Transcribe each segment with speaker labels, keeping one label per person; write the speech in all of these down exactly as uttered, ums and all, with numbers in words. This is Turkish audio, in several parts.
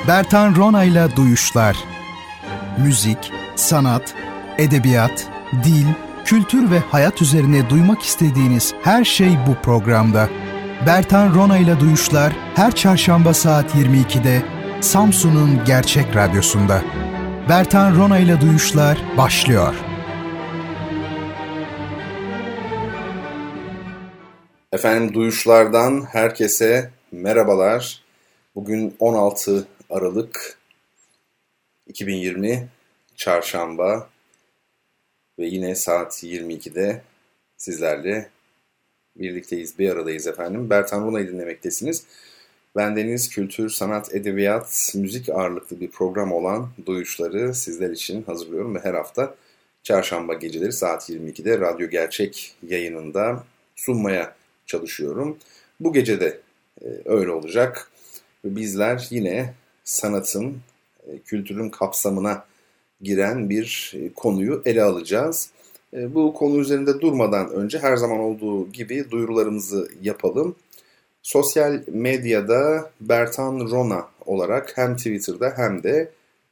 Speaker 1: Bertan Rona'yla Duyuşlar. Müzik, sanat, edebiyat, dil, kültür ve hayat üzerine duymak istediğiniz her şey bu programda. Bertan Rona'yla Duyuşlar her çarşamba saat yirmi ikide Samsun'un Gerçek Radyosu'nda. Bertan Rona'yla Duyuşlar başlıyor.
Speaker 2: Efendim, Duyuşlardan herkese merhabalar. Bugün on altı Aralık iki bin yirmi Çarşamba ve yine saat yirmi ikide sizlerle birlikteyiz, bir aradayız efendim. Bertan Rona'yı dinlemektesiniz. Bendeniz kültür, sanat, edebiyat, müzik ağırlıklı bir program olan Duyuşları sizler için hazırlıyorum ve her hafta çarşamba geceleri saat yirmi ikide Radyo Gerçek yayınında sunmaya çalışıyorum. Bu gece de e, öyle olacak. Bizler yine sanatın, e, kültürün kapsamına giren bir e, konuyu ele alacağız. E, bu konu üzerinde durmadan önce her zaman olduğu gibi duyurularımızı yapalım. Sosyal medyada Bertan Rona olarak hem Twitter'da hem de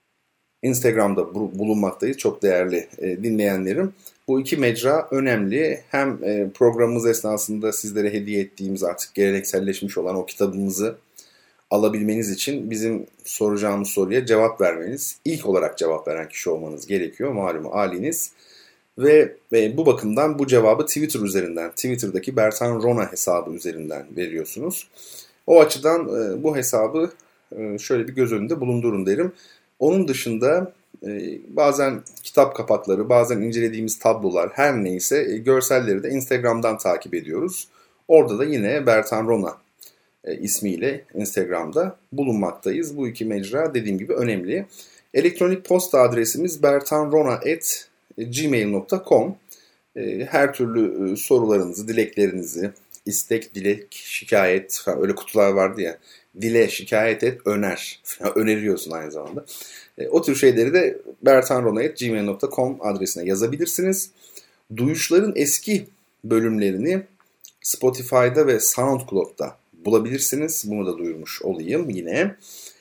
Speaker 2: Instagram'da bulunmaktayız. Çok değerli e, dinleyenlerim. Bu iki mecra önemli. Hem e, programımız esnasında sizlere hediye ettiğimiz artık gelenekselleşmiş olan o kitabımızı alabilmeniz için bizim soracağımız soruya cevap vermeniz, ilk olarak cevap veren kişi olmanız gerekiyor. Malum haliniz. Ve, ve bu bakımdan bu cevabı Twitter üzerinden, Twitter'daki Bertan Rona hesabı üzerinden veriyorsunuz. O açıdan e, bu hesabı e, şöyle bir göz önünde bulundurun derim. Onun dışında e, bazen kitap kapakları, bazen incelediğimiz tablolar, her neyse e, görselleri de Instagram'dan takip ediyoruz. Orada da yine Bertan Rona e, ismiyle Instagram'da bulunmaktayız. Bu iki mecra dediğim gibi önemli. Elektronik posta adresimiz bertanrona at gmail nokta com. E, her türlü e, sorularınızı, dileklerinizi, istek, dilek, şikayet falan, öyle kutular vardı ya. Dile, şikayet et, öner. Öneriyorsun aynı zamanda. E, o tür şeyleri de bertanrona at gmail nokta com adresine yazabilirsiniz. Duyuşların eski bölümlerini Spotify'da ve SoundCloud'da bulabilirsiniz. Bunu da duyurmuş olayım yine.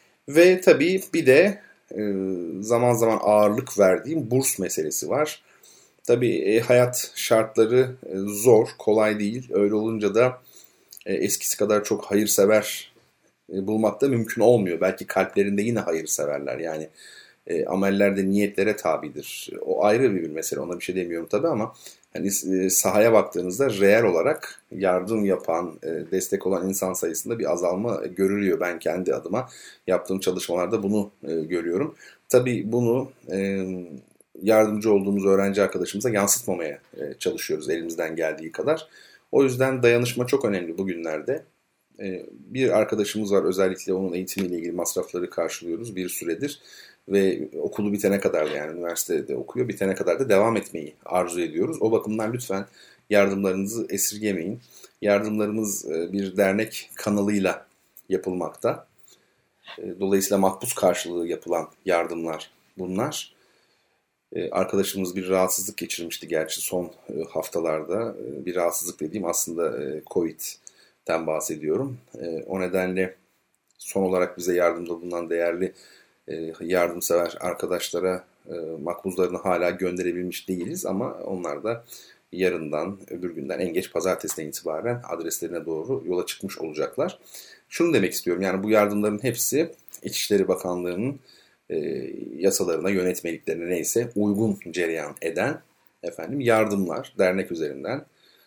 Speaker 2: Ve tabii bir de e, zaman zaman ağırlık verdiğim burs meselesi var. Tabii e, hayat şartları e, zor, kolay değil. Öyle olunca da e, eskisi kadar çok hayırsever e, bulmak da mümkün olmuyor. Belki kalplerinde yine hayırseverler. Yani e, ameller de niyetlere tabidir. O ayrı bir mesele. Ona bir şey demiyorum tabii ama hani e, sahaya baktığınızda reel olarak yardım yapan, e, destek olan insan sayısında bir azalma görülüyor. Ben kendi adıma yaptığım çalışmalarda bunu e, görüyorum. Tabii bunu e, yardımcı olduğumuz öğrenci arkadaşımıza yansıtmamaya e, çalışıyoruz elimizden geldiği kadar. O yüzden dayanışma çok önemli bugünlerde. E, bir arkadaşımız var, özellikle onun eğitimiyle ilgili masrafları karşılıyoruz bir süredir. Ve okulu bitene kadar da, yani üniversitede okuyor, bitene kadar da devam etmeyi arzu ediyoruz. O bakımdan lütfen yardımlarınızı esirgemeyin. Yardımlarımız bir dernek kanalıyla yapılmakta. Dolayısıyla makbuz karşılığı yapılan yardımlar bunlar. Arkadaşımız bir rahatsızlık geçirmişti gerçi son haftalarda. Bir rahatsızlık dediğim aslında Covid'den bahsediyorum. O nedenle son olarak bize yardımda bulunan değerli yardımsever arkadaşlara makbuzlarını hala gönderebilmiş değiliz ama onlar da yarından, öbür günden, en geç pazartesiden itibaren adreslerine doğru yola çıkmış olacaklar. Şunu demek istiyorum, yani bu yardımların hepsi İçişleri Bakanlığı'nın e, yasalarına, yönetmeliklerine neyse uygun cereyan eden efendim yardımlar, dernek üzerinden.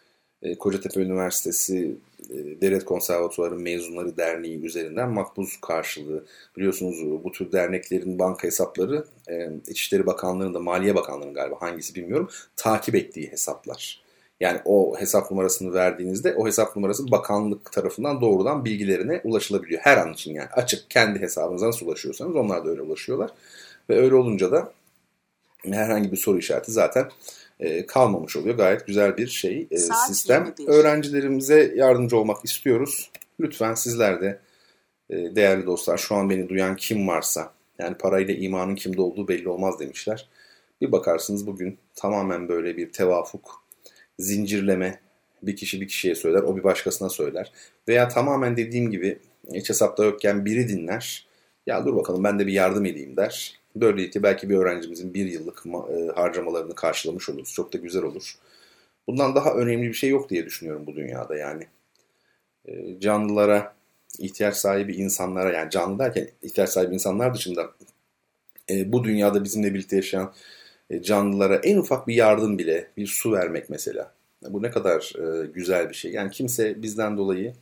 Speaker 2: E, Kocatepe Üniversitesi e, Devlet Konservatuvarı Mezunları Derneği üzerinden makbuz karşılığı. Biliyorsunuz bu tür derneklerin banka hesapları e, İçişleri Bakanlığı'nın da Maliye Bakanlığı'nın galiba hangisi bilmiyorum takip ettiği hesaplar. Yani o hesap numarasını verdiğinizde o hesap numarası bakanlık tarafından doğrudan bilgilerine ulaşılabiliyor. Her an için yani açık kendi hesabınıza nasıl ulaşıyorsanız onlar da öyle ulaşıyorlar. Ve öyle olunca da herhangi bir soru işareti zaten e, kalmamış oluyor. Gayet güzel bir şey, e, sistem. Öğrencilerimize yardımcı olmak istiyoruz. Lütfen sizler de e, değerli dostlar, şu an beni duyan kim varsa, yani parayla imanın kimde olduğu belli olmaz demişler. Bir bakarsınız bugün tamamen böyle bir tevafuk, zincirleme, bir kişi bir kişiye söyler, o bir başkasına söyler. Veya tamamen dediğim gibi hiç hesapta yokken biri dinler, Ya dur bakalım ben de bir yardım edeyim der. Böylelikle belki bir öğrencimizin bir yıllık harcamalarını karşılamış oluruz. Çok da güzel olur. Bundan daha önemli bir şey yok diye düşünüyorum bu dünyada yani. Canlılara, ihtiyaç sahibi insanlara, yani canlı derken ihtiyaç sahibi insanlar dışında bu dünyada bizimle birlikte yaşayan canlılara en ufak bir yardım bile, bir su vermek mesela. Bu ne kadar güzel bir şey. Yani kimse bizden dolayı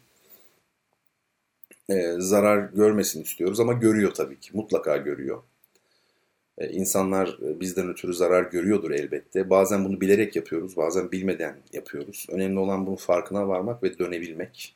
Speaker 2: zarar görmesin istiyoruz ama görüyor tabii ki. Mutlaka görüyor. İnsanlar bizden ötürü zarar görüyordur elbette. Bazen bunu bilerek yapıyoruz, bazen bilmeden yapıyoruz. Önemli olan bunun farkına varmak ve dönebilmek.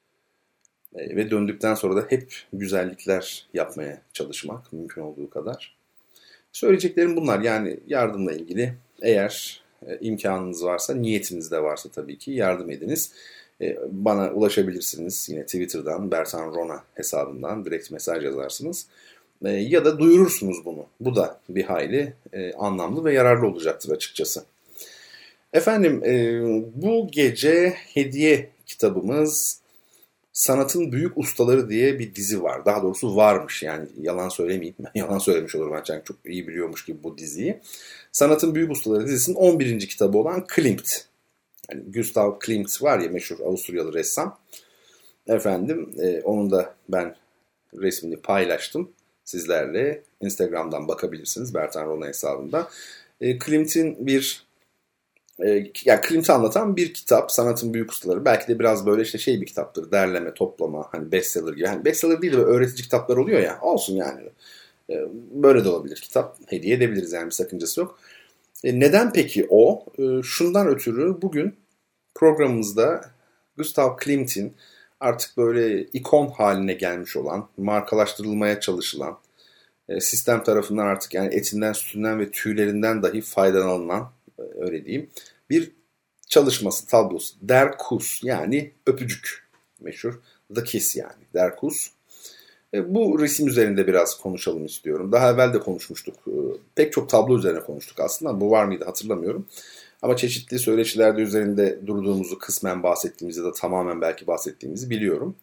Speaker 2: Ve döndükten sonra da hep güzellikler yapmaya çalışmak mümkün olduğu kadar. Söyleyeceklerim bunlar. Yani yardımla ilgili eğer imkanınız varsa, niyetiniz de varsa tabii ki yardım ediniz. Bana ulaşabilirsiniz yine Twitter'dan, Bertan Rona hesabından direkt mesaj yazarsınız. Ya da duyurursunuz bunu. Bu da bir hayli anlamlı ve yararlı olacaktır açıkçası. Efendim bu gece hediye kitabımız Sanatın Büyük Ustaları diye bir dizi var. Daha doğrusu varmış, yani yalan söylemeyeyim. Ben yalan söylemiş olurum. Ben çok iyi biliyormuş gibi bu diziyi. Sanatın Büyük Ustaları dizisinin on birinci kitabı olan Klimt. Yani Gustav Klimt var ya, meşhur Avusturyalı ressam. Efendim e, onun da ben resmini paylaştım sizlerle. Instagram'dan bakabilirsiniz Bertan Rona hesabında. E, Klimt'in bir e, yani Klimt'i anlatan bir kitap, Sanatın Büyük Ustaları. Belki de biraz böyle işte şey bir kitaptır, derleme, toplama, hani bestseller gibi. Hani bestseller değil de öğretici kitaplar oluyor ya, olsun yani. E, böyle de olabilir kitap. Hediye edebiliriz yani, bir sakıncası yok. E, neden peki o? E, şundan ötürü bugün programımızda Gustav Klimt'in artık böyle ikon haline gelmiş olan, markalaştırılmaya çalışılan, sistem tarafından artık yani etinden, sütünden ve tüylerinden dahi faydalanılan, öyle diyeyim, bir çalışması, tablosu. Der Kuss, yani öpücük, meşhur. The Kiss yani, Der Kuss. Bu resim üzerinde biraz konuşalım istiyorum. Daha evvel de konuşmuştuk. Pek çok tablo üzerine konuştuk aslında. Bu var mıydı hatırlamıyorum. Ama çeşitli söyleşilerde üzerinde durduğumuzu, kısmen bahsettiğimizi ya da tamamen belki bahsettiğimizi biliyorum.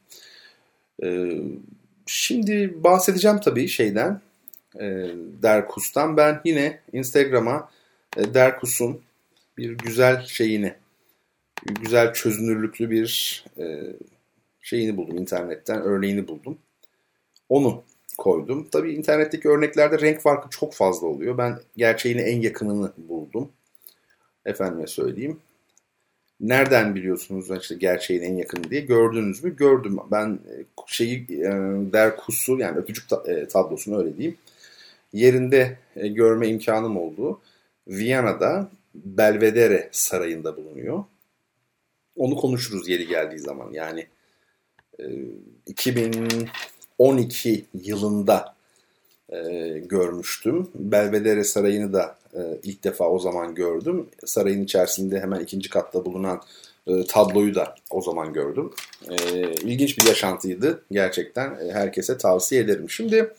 Speaker 2: Şimdi bahsedeceğim tabii şeyden, Der Kuss'tan. Ben yine Instagram'a Der Kuss'un bir güzel şeyini, güzel çözünürlüklü bir şeyini buldum internetten, örneğini buldum. Onu koydum. Tabii internetteki örneklerde renk farkı çok fazla oluyor. Ben gerçeğine en yakınını buldum. Efendime söyleyeyim. Nereden biliyorsunuz işte gerçeğin en yakını diye? Gördünüz mü? Gördüm. Ben şeyi Der Kuss'u, yani öpücük tablosunu öyle diyeyim, yerinde görme imkanım oldu. Viyana'da Belvedere Sarayı'nda bulunuyor. Onu konuşuruz yeri geldiği zaman. Yani iki bin on iki yılında görmüştüm. Belvedere Sarayı'nı da ilk defa o zaman gördüm. Sarayın içerisinde hemen ikinci katta bulunan tabloyu da o zaman gördüm. İlginç bir yaşantıydı. Gerçekten herkese tavsiye ederim. Şimdi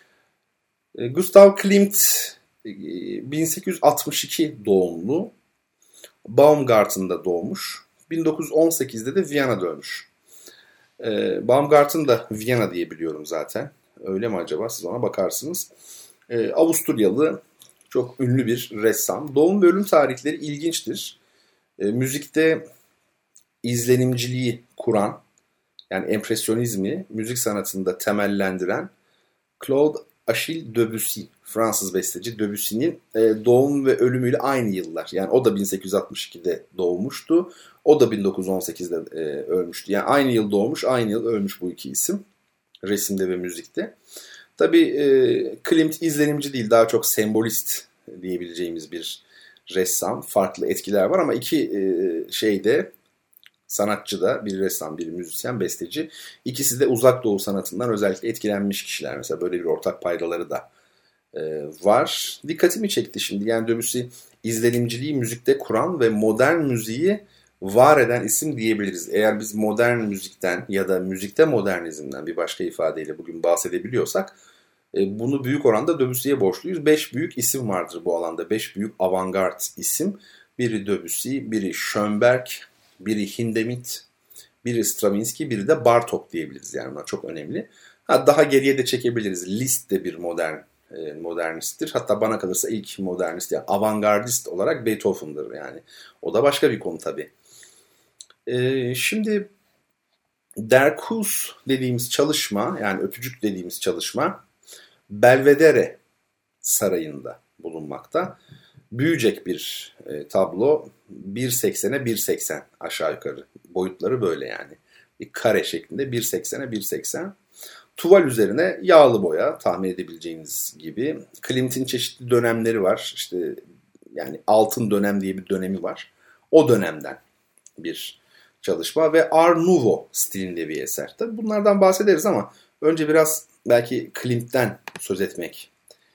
Speaker 2: Gustav Klimt bin sekiz yüz altmış iki doğumlu. Baumgarten'da doğmuş. bin dokuz yüz on sekizde de Viyana'da ölmüş. Baumgarten da Viyana diye biliyorum zaten. Öyle mi acaba? Siz ona bakarsınız. Avusturyalı, çok ünlü bir ressam. Doğum ve ölüm tarihleri ilginçtir. Müzikte izlenimciliği kuran, yani empresyonizmi müzik sanatında temellendiren Claude Achille Debussy, Fransız besteci Debussy'nin doğum ve ölümüyle aynı yıllar. Yani o da bin sekiz yüz altmış ikide doğmuştu. O da bin dokuz yüz on sekizde ölmüştü. Yani aynı yıl doğmuş, aynı yıl ölmüş bu iki isim. Resimde ve müzikte. Tabii e, Klimt izlenimci değil, daha çok sembolist diyebileceğimiz bir ressam. Farklı etkiler var ama iki e, şeyde, sanatçı da, bir ressam, bir müzisyen, besteci. İkisi de uzak doğu sanatından özellikle etkilenmiş kişiler. Mesela böyle bir ortak paydaları da e, var. Dikkatimi çekti şimdi. Yani Debussy izlenimciliği müzikte kuran ve modern müziği var eden isim diyebiliriz. Eğer biz modern müzikten ya da müzikte modernizmden, bir başka ifadeyle bugün bahsedebiliyorsak, bunu büyük oranda Debussy'ye borçluyuz. Beş büyük isim vardır bu alanda. Beş büyük avantgard isim. Biri Debussy, biri Schönberg, biri Hindemith, biri Stravinsky, biri de Bartók diyebiliriz. Yani bunlar çok önemli. Ha, daha geriye de çekebiliriz. Liszt de bir modern e, modernisttir. Hatta bana kalırsa ilk modernist, yani avantgardist olarak Beethoven'dır yani. O da başka bir konu tabii. E, şimdi Der Kuss dediğimiz çalışma, yani öpücük dediğimiz çalışma Belvedere Sarayı'nda bulunmakta. Büyüyecek bir e, tablo, bir seksene bir seksen aşağı yukarı. Boyutları böyle yani. Bir kare şeklinde bir seksene bir seksen. Tuval üzerine yağlı boya, tahmin edebileceğiniz gibi. Klimt'in çeşitli dönemleri var. İşte yani altın dönem diye bir dönemi var. O dönemden bir çalışma ve Art Nouveau stilinde bir eser. Tabii bunlardan bahsederiz ama önce biraz belki Klimt'ten söz etmek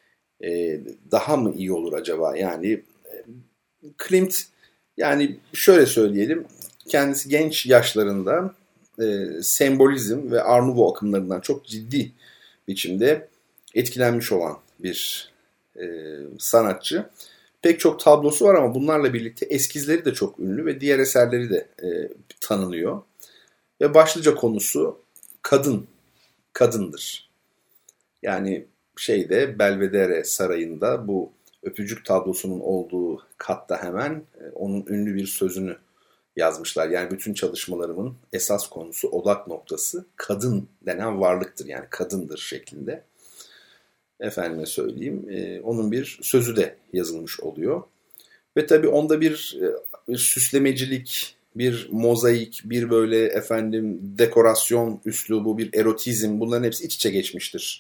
Speaker 2: e, daha mı iyi olur acaba? Yani e, Klimt, yani şöyle söyleyelim, kendisi genç yaşlarında e, sembolizm ve Art Nouveau akımlarından çok ciddi biçimde etkilenmiş olan bir e, sanatçı. Pek çok tablosu var ama bunlarla birlikte eskizleri de çok ünlü ve diğer eserleri de e, tanınıyor. Ve başlıca konusu kadın, kadındır. Yani şeyde Belvedere Sarayı'nda bu öpücük tablosunun olduğu katta hemen e, onun ünlü bir sözünü yazmışlar. Yani bütün çalışmalarımın esas konusu, odak noktası kadın denen varlıktır. Yani kadındır şeklinde. Efendime söyleyeyim, e, onun bir sözü de yazılmış oluyor. Ve tabii onda bir, e, bir süslemecilik, bir mozaik, bir böyle efendim dekorasyon üslubu, bir erotizm, bunların hepsi iç içe geçmiştir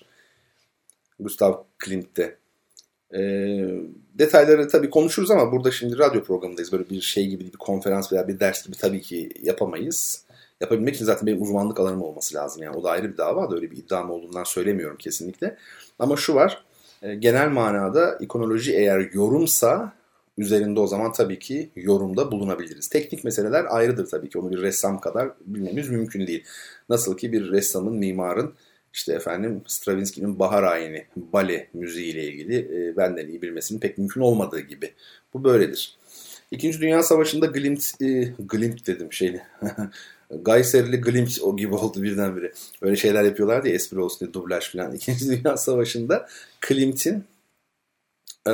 Speaker 2: Gustav Klimt'te. E, detayları tabii konuşuruz ama burada şimdi radyo programındayız. Böyle bir şey gibi, bir konferans veya bir ders gibi tabii ki yapamayız. Yapabilmek için zaten benim uzmanlık alanım olması lazım. Yani o da ayrı bir dava da, öyle bir iddiam olduğundan söylemiyorum kesinlikle. Ama şu var, genel manada ikonoloji eğer yorumsa üzerinde o zaman tabii ki yorumda bulunabiliriz. Teknik meseleler ayrıdır tabii ki, onu bir ressam kadar bilmemiz mümkün değil. Nasıl ki bir ressamın, mimarın işte efendim Stravinsky'nin Bahar Ayini bale müziği ile ilgili e, benden iyi bilmesinin pek mümkün olmadığı gibi. Bu böyledir. İkinci Dünya Savaşı'nda Glimt, e, Glimt dedim şeyli... Gayserili Glimt o gibi oldu birdenbire. Öyle şeyler yapıyorlar diye, espri olsun diye, dublaj falan. İkinci Dünya Savaşı'nda Klimt'in e,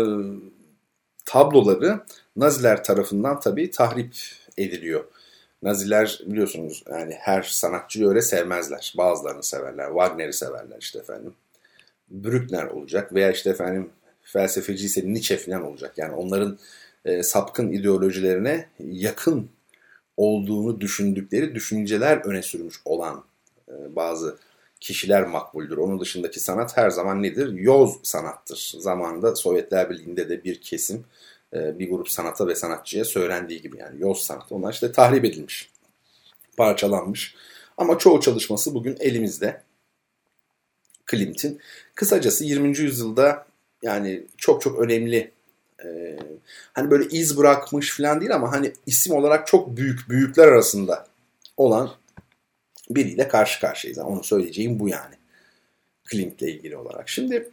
Speaker 2: tabloları Naziler tarafından tabii tahrip ediliyor. Naziler biliyorsunuz yani her sanatçıyı öyle sevmezler. Bazılarını severler. Wagner'i severler işte efendim. Bruckner olacak veya işte efendim felsefeci ise Nietzsche falan olacak. Yani onların e, sapkın ideolojilerine yakın olduğunu düşündükleri düşünceler öne sürmüş olan e, bazı kişiler makbuldür. Onun dışındaki sanat her zaman nedir? Yoz sanattır. Zamanında Sovyetler Birliği'nde de bir kesim, e, bir grup sanata ve sanatçıya söylendiği gibi, yani yoz sanat. Onlar işte tahrip edilmiş, parçalanmış. Ama çoğu çalışması bugün elimizde. Klimt'in. Kısacası yirminci yüzyılda yani çok çok önemli, Ee, hani böyle iz bırakmış falan değil ama hani isim olarak çok büyük, büyükler arasında olan biriyle karşı karşıyayız. Yani onu söyleyeceğim bu yani. Klimt'le ilgili olarak. Şimdi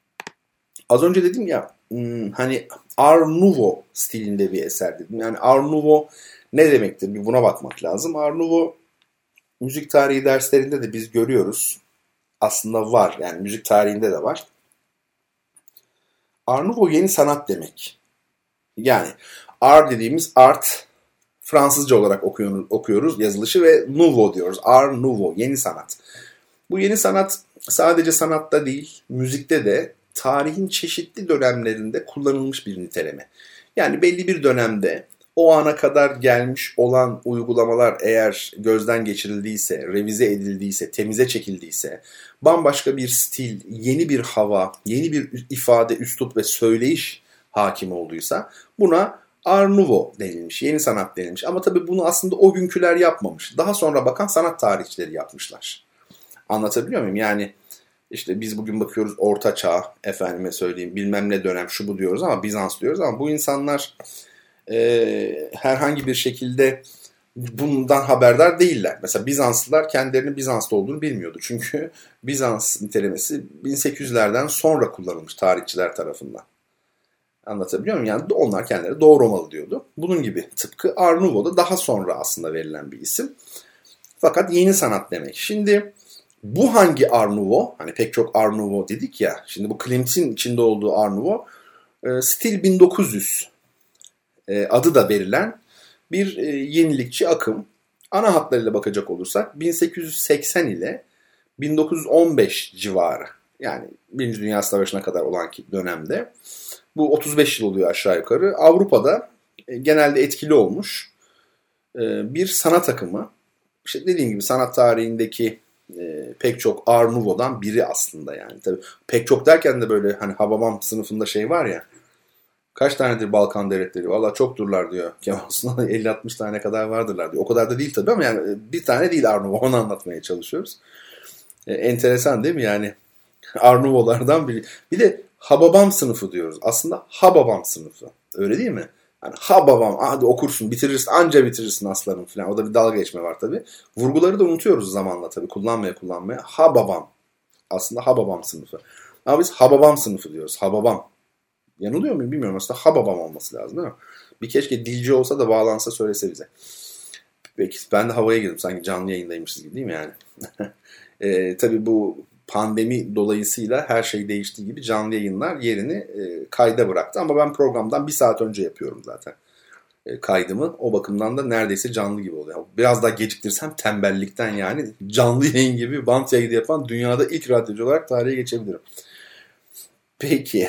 Speaker 2: az önce dedim ya hani Art Nouveau stilinde bir eser dedim. Yani Art Nouveau ne demektir? Bir buna bakmak lazım. Art Nouveau müzik tarihi derslerinde de biz görüyoruz. Aslında var. Yani müzik tarihinde de var. Art Nouveau yeni sanat demek. Yani art dediğimiz art, Fransızca olarak okuyoruz, okuyoruz yazılışı ve nouveau diyoruz. Art Nouveau, yeni sanat. Bu yeni sanat sadece sanatta değil, müzikte de tarihin çeşitli dönemlerinde kullanılmış bir niteleme. Yani belli bir dönemde o ana kadar gelmiş olan uygulamalar eğer gözden geçirildiyse, revize edildiyse, temize çekildiyse, bambaşka bir stil, yeni bir hava, yeni bir ifade, üslup ve söyleyiş hakim olduysa buna Art Nouveau denilmiş, yeni sanat denilmiş. Ama tabii bunu aslında o günküler yapmamış. Daha sonra bakan sanat tarihçileri yapmışlar. Anlatabiliyor muyum? Yani işte biz bugün bakıyoruz Orta Çağ, efendime söyleyeyim bilmem ne dönem şu bu diyoruz ama Bizans diyoruz ama bu insanlar e, herhangi bir şekilde bundan haberdar değiller. Mesela Bizanslılar kendilerinin Bizanslı olduğunu bilmiyordu. Çünkü Bizans nitelemesi bin sekiz yüzlerden sonra kullanılmış tarihçiler tarafından. Anlatabiliyor muyum? Yani onlar kendileri Doğu Romalı diyordu. Bunun gibi tıpkı Art Nouveau'da daha sonra aslında verilen bir isim. Fakat yeni sanat demek. Şimdi Bu hangi Art Nouveau? Hani pek çok Art Nouveau dedik ya. Şimdi bu Klimt'in içinde olduğu Art Nouveau e, stil bin dokuz yüz e, adı da verilen bir e, yenilikçi akım. Ana hatlarıyla bakacak olursak bin sekiz yüz seksen ile bin dokuz yüz on beş civarı, yani Birinci Dünya Savaşı'na kadar olan dönemde, bu otuz beş yıl oluyor aşağı yukarı, Avrupa'da e, genelde etkili olmuş e, bir sanat akımı. İşte dediğim gibi sanat tarihindeki e, pek çok Art Nouveau'dan biri aslında yani. Tabii pek çok derken de böyle hani Hababam sınıfında şey var ya. Kaç tanedir Balkan devletleri? Valla çokturlar diyor Kemal Sunal. elli altmış tane kadar vardırlar diyor. O kadar da değil tabii ama yani bir tane değil Art Nouveau. Onu anlatmaya çalışıyoruz. E, enteresan değil mi yani? Art Nouveau'lardan biri. Bir de Hababam sınıfı diyoruz. Aslında Hababam sınıfı. Öyle değil mi? Yani Hababam, hadi okursun, bitirirsin, anca bitirirsin aslanım falan. O da bir dalga geçme var tabii. Vurguları da unutuyoruz zamanla tabii. Kullanmaya kullanmaya. Hababam. Aslında Hababam sınıfı. Ama biz Hababam sınıfı diyoruz. Hababam. Yanılıyor muyum bilmiyorum. Aslında Hababam olması lazım değil mi? Bir keşke dilci olsa da bağlansa söylese bize. Peki ben de havaya girdim. Sanki canlı yayındaymışız gibi değil mi yani? e, tabii bu pandemi dolayısıyla her şey değiştiği gibi canlı yayınlar yerini e, kayda bıraktı. Ama ben programdan bir saat önce yapıyorum zaten e, kaydımı. O bakımdan da neredeyse canlı gibi oluyor. Biraz daha geciktirsem tembellikten yani canlı yayın gibi bant yayını yapan dünyada ilk radyocu olarak tarihe geçebilirim. Peki.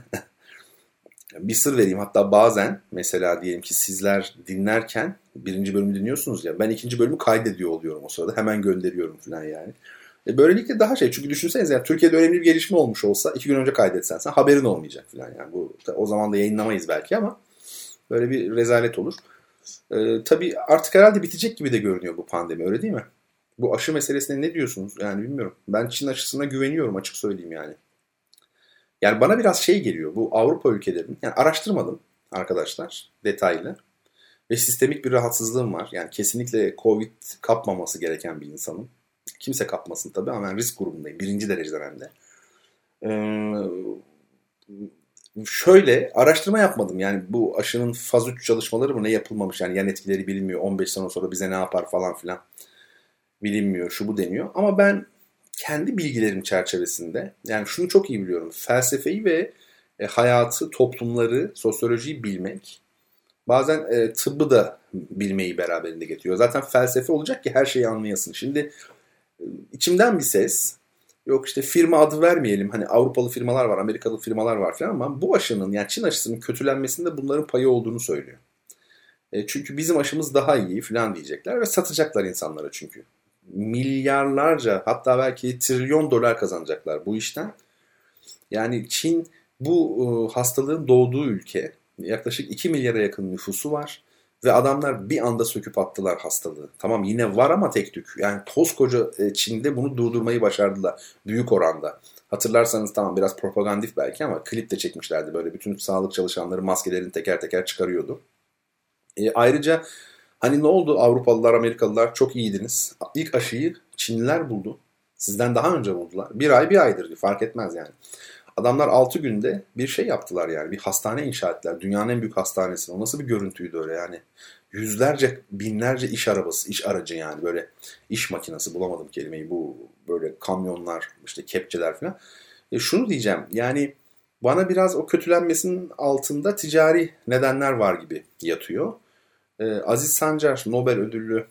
Speaker 2: Bir sır vereyim. Hatta bazen mesela diyelim ki sizler dinlerken birinci bölümü dinliyorsunuz ya, ben ikinci bölümü kaydediyor oluyorum o sırada. Hemen gönderiyorum falan yani. E böylelikle daha şey. Çünkü düşünsenize yani Türkiye'de önemli bir gelişme olmuş olsa iki gün önce kaydetsen sen haberin olmayacak falan yani. Bu o zaman da yayınlamayız belki ama böyle bir rezalet olur. E, tabii artık herhalde bitecek gibi de görünüyor bu pandemi, öyle değil mi? Bu aşı meselesine ne diyorsunuz? Yani bilmiyorum. Ben Çin aşısına güveniyorum, açık söyleyeyim yani. Yani bana biraz şey geliyor, bu Avrupa ülkelerinin, yani araştırmadım arkadaşlar detaylı ve sistemik bir rahatsızlığım var. Yani kesinlikle Covid kapmaması gereken bir insanım. Kimse kapmasın tabii ama ben risk grubundayım. Birinci dereceden hem de. Ee, şöyle araştırma yapmadım. Yani bu aşının faz üç çalışmaları mı ne yapılmamış. Yani yan etkileri bilinmiyor. on beş sene sonra bize ne yapar falan filan bilinmiyor. Şu bu deniyor. Ama ben kendi bilgilerim çerçevesinde yani şunu çok iyi biliyorum. Felsefeyi ve e, hayatı, toplumları, sosyolojiyi bilmek bazen e, tıbbı da bilmeyi beraberinde getiriyor. Zaten felsefe olacak ki her şeyi anlayasın. Şimdi e, içimden bir ses, yok işte firma adı vermeyelim. Hani Avrupalı firmalar var, Amerikalı firmalar var falan ama bu aşının, yani Çin aşısının kötülenmesinde bunların payı olduğunu söylüyor. E, çünkü bizim aşımız daha iyi falan diyecekler ve satacaklar insanlara çünkü. Milyarlarca, hatta belki trilyon dolar kazanacaklar bu işten. Yani Çin bu e, hastalığın doğduğu ülke. Yaklaşık iki milyara yakın nüfusu var. Ve adamlar bir anda söküp attılar hastalığı. Tamam yine var ama tek tük. Yani koskoca e, Çin'de bunu durdurmayı başardılar. Büyük oranda. Hatırlarsanız tamam biraz propagandif belki ama klip de çekmişlerdi. Böyle bütün sağlık çalışanları maskelerini teker teker çıkarıyordu. E, ayrıca hani ne oldu, Avrupalılar, Amerikalılar çok iyiydiniz. İlk aşıyı Çinliler buldu. Sizden daha önce buldular. Bir ay bir aydır fark etmez yani. Adamlar altı günde bir şey yaptılar yani. Bir hastane inşa ettiler. Dünyanın en büyük hastanesi. O nasıl bir görüntüydü öyle yani. Yüzlerce, binlerce iş arabası, iş aracı yani. Böyle iş makinesi, bulamadım kelimeyi. Bu böyle kamyonlar, işte kepçeler falan. E şunu diyeceğim yani bana biraz o kötülenmesinin altında ticari nedenler var gibi yatıyor. Ee, Aziz Sancar, Nobel ödüllü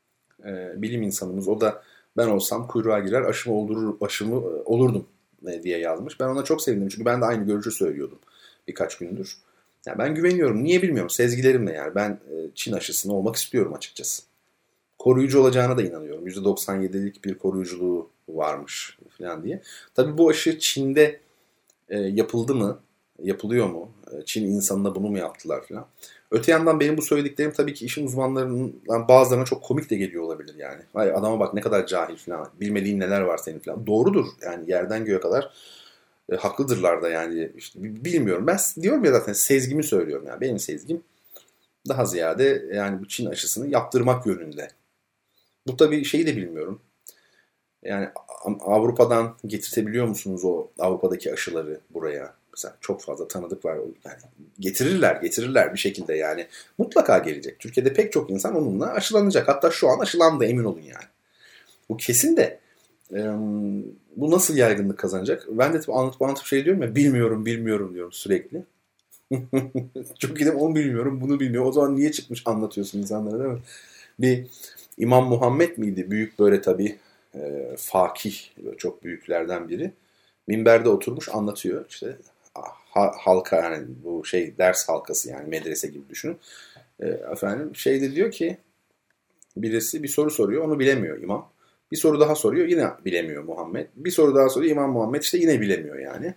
Speaker 2: e, bilim insanımız, o da ben olsam kuyruğa girer aşımı, oldurur, aşımı e, olurdum e, diye yazmış. Ben ona çok sevindim çünkü ben de aynı görüşü söylüyordum birkaç gündür. Yani ben güveniyorum. Niye bilmiyorum. Sezgilerimle yani. Ben e, Çin aşısını olmak istiyorum açıkçası. Koruyucu olacağına da inanıyorum. yüzde doksan yedilik bir koruyuculuğu varmış falan diye. Tabii bu aşı Çin'de e, yapıldı mı? Yapılıyor mu? E, Çin insanına bunu mu yaptılar falan. Öte yandan benim bu söylediklerim tabii ki işin uzmanlarından bazılarına çok komik de geliyor olabilir yani. Hayır adama bak ne kadar cahil falan. Bilmediğin neler var senin falan. Doğrudur yani yerden göğe kadar e, haklıdırlar da yani. İşte, bilmiyorum. Ben diyorum ya zaten sezgimi söylüyorum yani. Benim sezgim daha ziyade yani bu Çin aşısını yaptırmak yönünde. Bu tabii şeyi de bilmiyorum. Yani Avrupa'dan getirtebiliyor musunuz o Avrupa'daki aşıları buraya? Mesela çok fazla tanıdık var. Yani getirirler, getirirler bir şekilde yani. Mutlaka gelecek. Türkiye'de pek çok insan onunla aşılanacak. Hatta şu an aşılandı, emin olun yani. Bu kesin de E, bu nasıl yaygınlık kazanacak? Ben de anlatıp anlatıp şey diyorum ya, bilmiyorum bilmiyorum diyorum sürekli. Çok gidip onu bilmiyorum, bunu bilmiyorum. O zaman niye çıkmış anlatıyorsun insanlara, değil mi? Bir İmam Muhammed miydi? Büyük böyle tabii e, fakih, çok büyüklerden biri. Minberde oturmuş anlatıyor. İşte ha, halka, yani bu şey ders halkası, yani medrese gibi düşünün. E, efendim şeyde diyor ki, birisi bir soru soruyor, onu bilemiyor imam. Bir soru daha soruyor, yine bilemiyor Muhammed. Bir soru daha soruyor, İmam Muhammed işte yine bilemiyor yani.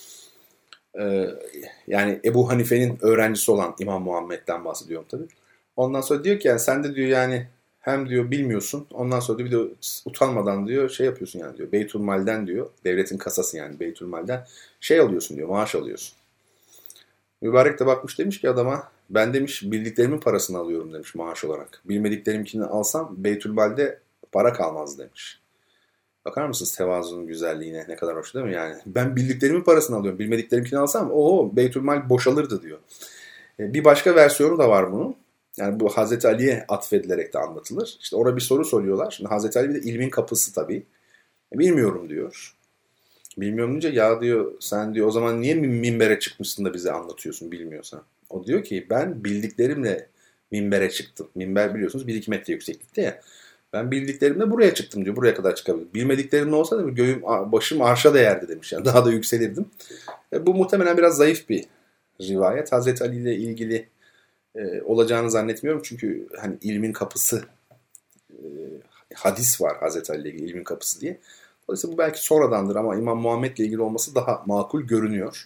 Speaker 2: Ee, yani Ebu Hanife'nin öğrencisi olan İmam Muhammed'den bahsediyorum tabii. Ondan sonra diyor ki, yani sen de diyor yani hem diyor bilmiyorsun, ondan sonra diyor bir de utanmadan diyor şey yapıyorsun yani diyor. Beytülmal'den diyor, devletin kasası yani Beytülmal'den şey alıyorsun diyor, maaş alıyorsun. Mübarek de bakmış, demiş ki adama, ben demiş bildiklerimin parasını alıyorum demiş maaş olarak. Bilmediklerimkini alsam Beytülmal'de para kalmaz demiş. Bakar mısınız tevazunun güzelliğine, ne kadar hoş değil mi yani? Ben bildiklerimin parasını alıyorum, bilmediklerimkini alsam o Beytülmal boşalırdı diyor. Bir başka versiyonu da var bunun. Yani bu Hazreti Ali'ye atfedilerek de anlatılır. İşte orada bir soru soruyorlar. Şimdi Hazreti Ali bir de ilmin kapısı tabii. Bilmiyorum diyor. Bilmiyorum deyince, ya diyor sen diyor o zaman niye minbere çıkmışsın da bize anlatıyorsun bilmiyorsan. O diyor ki ben bildiklerimle minbere çıktım. Minber biliyorsunuz bir iki metre yükseklikte ya. Ben bildiklerimle buraya çıktım diyor. Buraya kadar çıkabildim. Bilmediklerim olsa da göğüm, başım arşa değerdi demiş. Yani daha da yükselirdim. E, bu muhtemelen biraz zayıf bir rivayet. Hazreti Ali ile ilgili e, olacağını zannetmiyorum. Çünkü hani ilmin kapısı e, hadis var Hazreti Ali ile ilgili, ilmin kapısı diye. Dolayısıyla bu belki sonradandır ama İmam Muhammed ile ilgili olması daha makul görünüyor.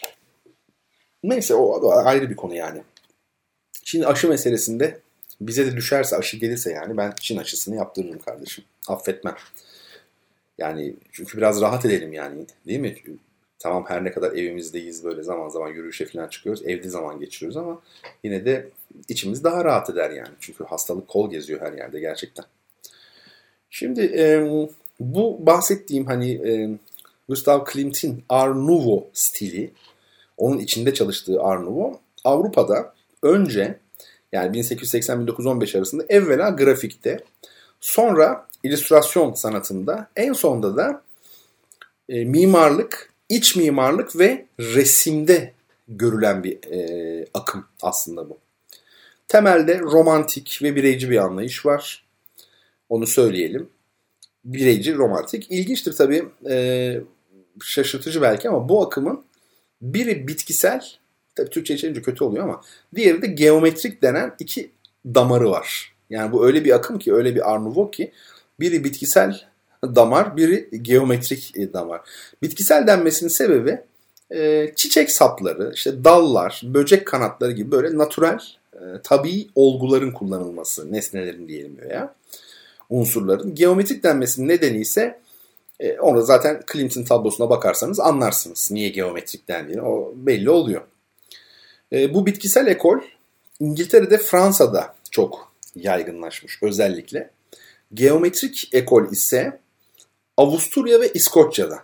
Speaker 2: Neyse, o da ayrı bir konu yani. Şimdi aşı meselesinde bize de düşerse, aşı gelirse yani ben Çin aşısını yaptırırım kardeşim. Affetmem. Yani çünkü biraz rahat edelim yani, değil mi? Tamam, her ne kadar evimizdeyiz, böyle zaman zaman yürüyüşe falan çıkıyoruz, evde zaman geçiriyoruz ama yine de içimiz daha rahat eder yani. Çünkü hastalık kol geziyor her yerde gerçekten. Şimdi e, bu bahsettiğim hani e, Gustav Klimt'in Art Nouveau stili, onun içinde çalıştığı Art Nouveau Avrupa'da önce, yani bin sekiz yüz seksen bin dokuz yüz on beş arasında evvela grafikte, sonra illüstrasyon sanatında, en sonunda da e, mimarlık, iç mimarlık ve resimde görülen bir e, akım aslında bu. Temelde romantik ve bireyci bir anlayış var. Onu söyleyelim. Bireyci, romantik. İlginçtir tabii, e, şaşırtıcı belki ama bu akımın biri bitkisel, tabii Türkçe içerince kötü oluyor ama diğeri de geometrik denen iki damarı var. Yani bu öyle bir akım ki, öyle bir Art Nouveau ki, biri bitkisel damar, biri geometrik damar. Bitkisel denmesinin sebebi e, çiçek sapları, işte dallar, böcek kanatları gibi böyle natürel, e, tabii olguların kullanılması, nesnelerin diyelim veya unsurların. Geometrik denmesinin nedeni ise e, onu zaten Klimt'in tablosuna bakarsanız anlarsınız niye geometrik dendiğini, o belli oluyor. E, bu bitkisel ekol İngiltere'de, Fransa'da çok yaygınlaşmış özellikle. Geometrik ekol ise Avusturya ve İskoçya'da.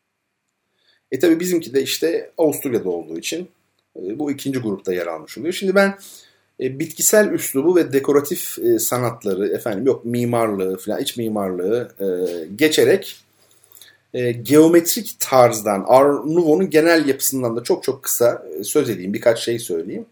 Speaker 2: E tabi bizimki de işte Avusturya'da olduğu için e, bu ikinci grupta yer almış oluyor. Şimdi ben e, bitkisel üslubu ve dekoratif e, sanatları, efendim yok mimarlığı falan, iç mimarlığı e, geçerek e, geometrik tarzdan, Art Nouveau'nun genel yapısından da çok çok kısa e, söz edeyim, birkaç şey söyleyeyim.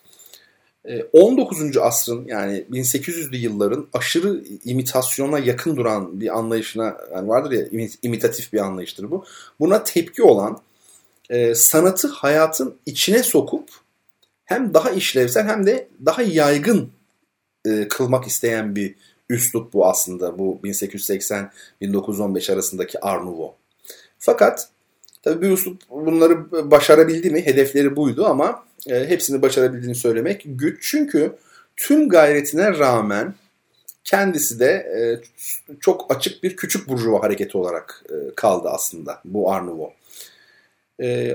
Speaker 2: on dokuzuncu asrın, yani bin sekiz yüzlü yılların aşırı imitasyona yakın duran bir anlayışına, yani vardır ya, imitatif bir anlayıştır bu. Buna tepki olan, e, sanatı hayatın içine sokup hem daha işlevsel hem de daha yaygın e, kılmak isteyen bir üslup bu aslında, bu bin sekiz yüz seksen bin dokuz yüz on beş arasındaki Art Nouveau. Fakat tabii bir üslup bunları başarabildi mi? Hedefleri buydu ama e, hepsini başarabildiğini söylemek güç. Çünkü tüm gayretine rağmen kendisi de e, çok açık bir küçük burjuva hareketi olarak e, kaldı aslında bu Art Nouveau. E,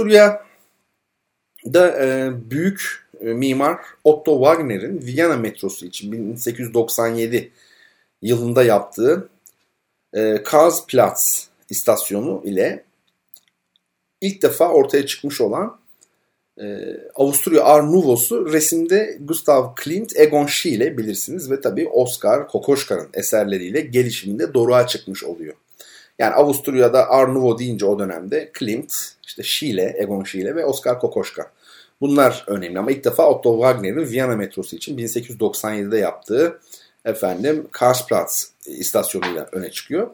Speaker 2: Avusturya'da e, büyük e, mimar Otto Wagner'in Viyana metrosu için bin sekiz yüz doksan yedi yılında yaptığı e, Karlsplatz istasyonu ile İlk defa ortaya çıkmış olan e, Avusturya Art Nouveau'su resimde Gustav Klimt, Egon Schiele bilirsiniz ve tabii Oskar Kokoschkar'ın eserleriyle gelişiminde doruğa çıkmış oluyor. Yani Avusturya'da Art Nouveau deyince o dönemde Klimt, işte Schiele, Egon Schiele ve Oskar Kokoschka. Bunlar önemli ama ilk defa Otto Wagner'in Viyana metrosu için bin sekiz yüz doksan yedide yaptığı efendim Karlsplatz istasyonuyla öne çıkıyor.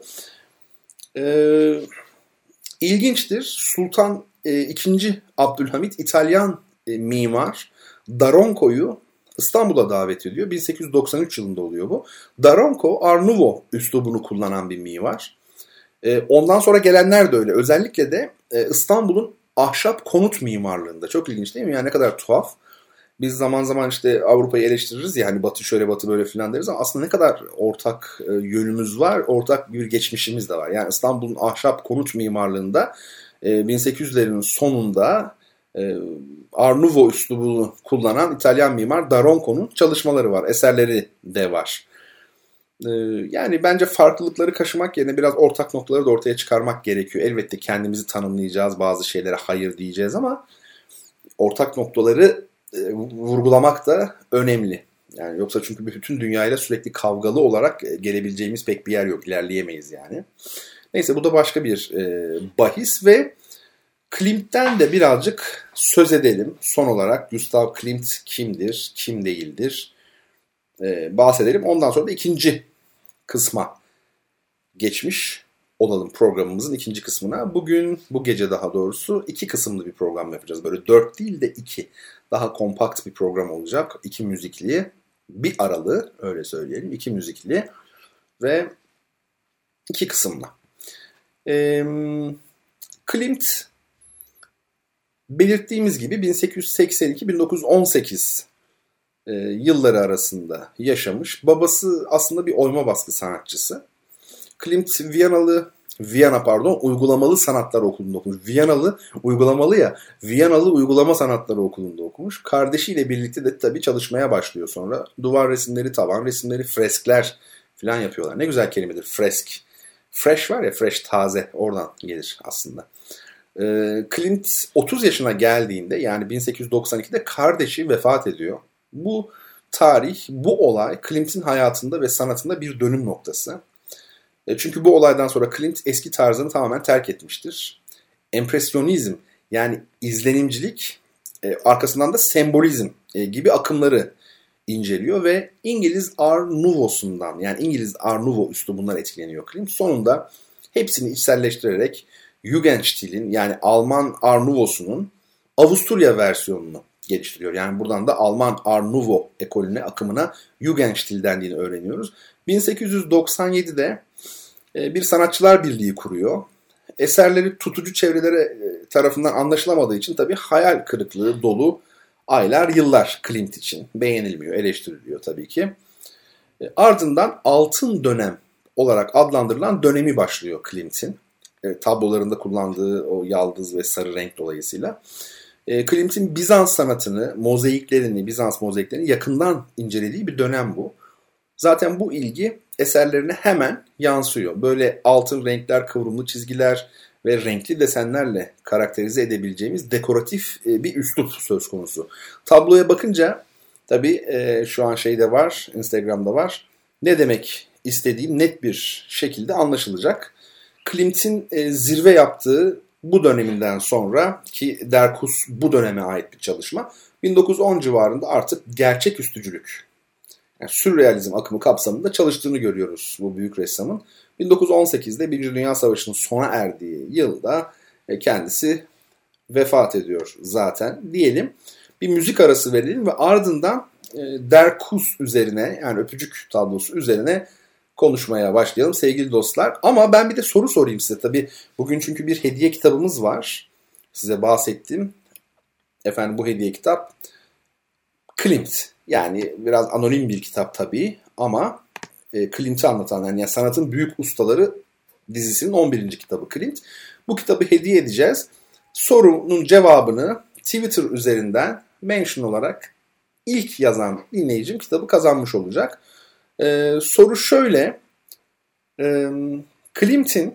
Speaker 2: Ee, ilginçtir. Sultan e, ikinci. Abdülhamit İtalyan e, mimar Daronco'yu İstanbul'a davet ediyor. bin sekiz yüz doksan üç yılında oluyor bu. Daronco Art Nouveau üslubunu kullanan bir mimar. E, ondan sonra gelenler de öyle. Özellikle de e, İstanbul'un ahşap konut mimarlığında. Çok ilginç değil mi? Yani ne kadar tuhaf. Biz zaman zaman işte Avrupa'yı eleştiririz ya hani batı şöyle batı böyle filan deriz ama aslında ne kadar ortak e, yönümüz var, ortak bir geçmişimiz de var. Yani İstanbul'un ahşap konut mimarlığında e, bin sekiz yüzlerin sonunda e, Art Nouveau üslubunu kullanan İtalyan mimar Daronco'nun çalışmaları var, eserleri de var. E, yani bence farklılıkları kaşımak yerine biraz ortak noktaları da ortaya çıkarmak gerekiyor. Elbette kendimizi tanımlayacağız, bazı şeylere hayır diyeceğiz ama ortak noktaları e, vurgulamak da önemli. Yani yoksa çünkü bütün dünyayla sürekli kavgalı olarak gelebileceğimiz pek bir yer yok. İlerleyemeyiz yani. Neyse bu da başka bir e, bahis ve Klimt'ten de birazcık söz edelim. Son olarak Gustav Klimt kimdir, kim değildir e, bahsedelim. Ondan sonra da ikinci kısma geçmiş olalım programımızın ikinci kısmına. Bugün, bu gece daha doğrusu iki kısımlı bir program yapacağız. Böyle dört değil de iki. Daha kompakt bir program olacak. İki müzikli, bir aralı öyle söyleyelim. İki müzikli ve iki kısımlı. Ee, Klimt belirttiğimiz gibi bin sekiz yüz seksen iki - bin dokuz yüz on sekiz e, yılları arasında yaşamış. Babası aslında bir oyma baskı sanatçısı. Klimt Viyanalı, Viyana pardon, Uygulamalı Sanatlar Okulu'nda okumuş. Viyanalı, uygulamalı ya, Viyanalı Uygulama Sanatları Okulu'nda okumuş. Kardeşiyle birlikte de tabii çalışmaya başlıyor sonra. Duvar resimleri, tavan resimleri, freskler falan yapıyorlar. Ne güzel kelimedir, fresk. Fresh var ya, fresh, taze, oradan gelir aslında. Ee, Klimt otuz yaşına geldiğinde, yani bin sekiz yüz doksan ikide kardeşi vefat ediyor. Bu tarih, bu olay Klimt'in hayatında ve sanatında bir dönüm noktası. Çünkü bu olaydan sonra Klimt eski tarzını tamamen terk etmiştir. Empresyonizm, yani izlenimcilik, arkasından da sembolizm gibi akımları inceliyor ve İngiliz Art Nouveau'sundan, yani İngiliz Art Nouveau üslubundan etkileniyor Klimt. Sonunda hepsini içselleştirerek Jugendstil'in, yani Alman Art Nouveau'sunun Avusturya versiyonunu geliştiriyor. Yani buradan da Alman Art Nouveau ekolüne, akımına Jugendstil dendiğini öğreniyoruz. bin sekiz yüz doksan yedide bir sanatçılar birliği kuruyor. Eserleri tutucu çevrelere tarafından anlaşılamadığı için tabii hayal kırıklığı dolu aylar, yıllar Klimt için. Beğenilmiyor, eleştiriliyor tabii ki. Ardından altın dönem olarak adlandırılan dönemi başlıyor Klimt'in. Tablolarında kullandığı o yaldız ve sarı renk dolayısıyla. Klimt'in Bizans sanatını, mozaiklerini, Bizans mozaiklerini yakından incelediği bir dönem bu. Zaten bu ilgi eserlerine hemen yansıyor. Böyle altın renkler, kıvrımlı çizgiler ve renkli desenlerle karakterize edebileceğimiz dekoratif bir üslup söz konusu. Tabloya bakınca tabii şu an şeyde var, Instagram'da var. Ne demek istediğim net bir şekilde anlaşılacak. Klimt'in zirve yaptığı bu döneminden sonra, ki Der Kuss bu döneme ait bir çalışma, bin dokuz yüz on civarında artık gerçeküstücülük, yani sürrealizm akımı kapsamında çalıştığını görüyoruz bu büyük ressamın. bin dokuz yüz on sekizde Birinci Dünya Savaşı'nın sona erdiği yılda kendisi vefat ediyor zaten diyelim. Bir müzik arası verelim ve ardından Der Kuss üzerine, yani öpücük tablosu üzerine konuşmaya başlayalım sevgili dostlar. Ama ben bir de soru sorayım size. Tabii bugün çünkü bir hediye kitabımız var. Size bahsettim. Efendim bu hediye kitap Klimt. Yani biraz anonim bir kitap tabii ama e, Klimt'i anlatan, yani sanatın büyük ustaları dizisinin on birinci kitabı Klimt. Bu kitabı hediye edeceğiz. Sorunun cevabını Twitter üzerinden mention olarak ilk yazan dinleyicim kitabı kazanmış olacak. Ee, soru şöyle. Ee, Klimt'in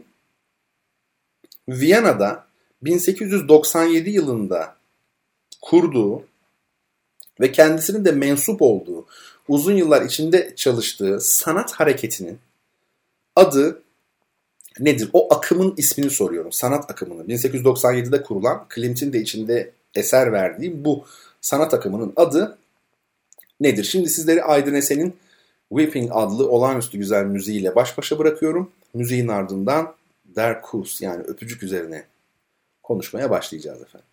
Speaker 2: Viyana'da bin sekiz yüz doksan yedi yılında kurduğu ve kendisinin de mensup olduğu, uzun yıllar içinde çalıştığı sanat hareketinin adı nedir? O akımın ismini soruyorum. Sanat akımını. bin sekiz yüz doksan yedide kurulan, Klimt'in de içinde eser verdiği bu sanat akımının adı nedir? Şimdi sizleri Aydın Esen'in Weeping adlı olağanüstü güzel müziğiyle baş başa bırakıyorum. Müziğin ardından Der Kuss yani öpücük üzerine konuşmaya başlayacağız efendim.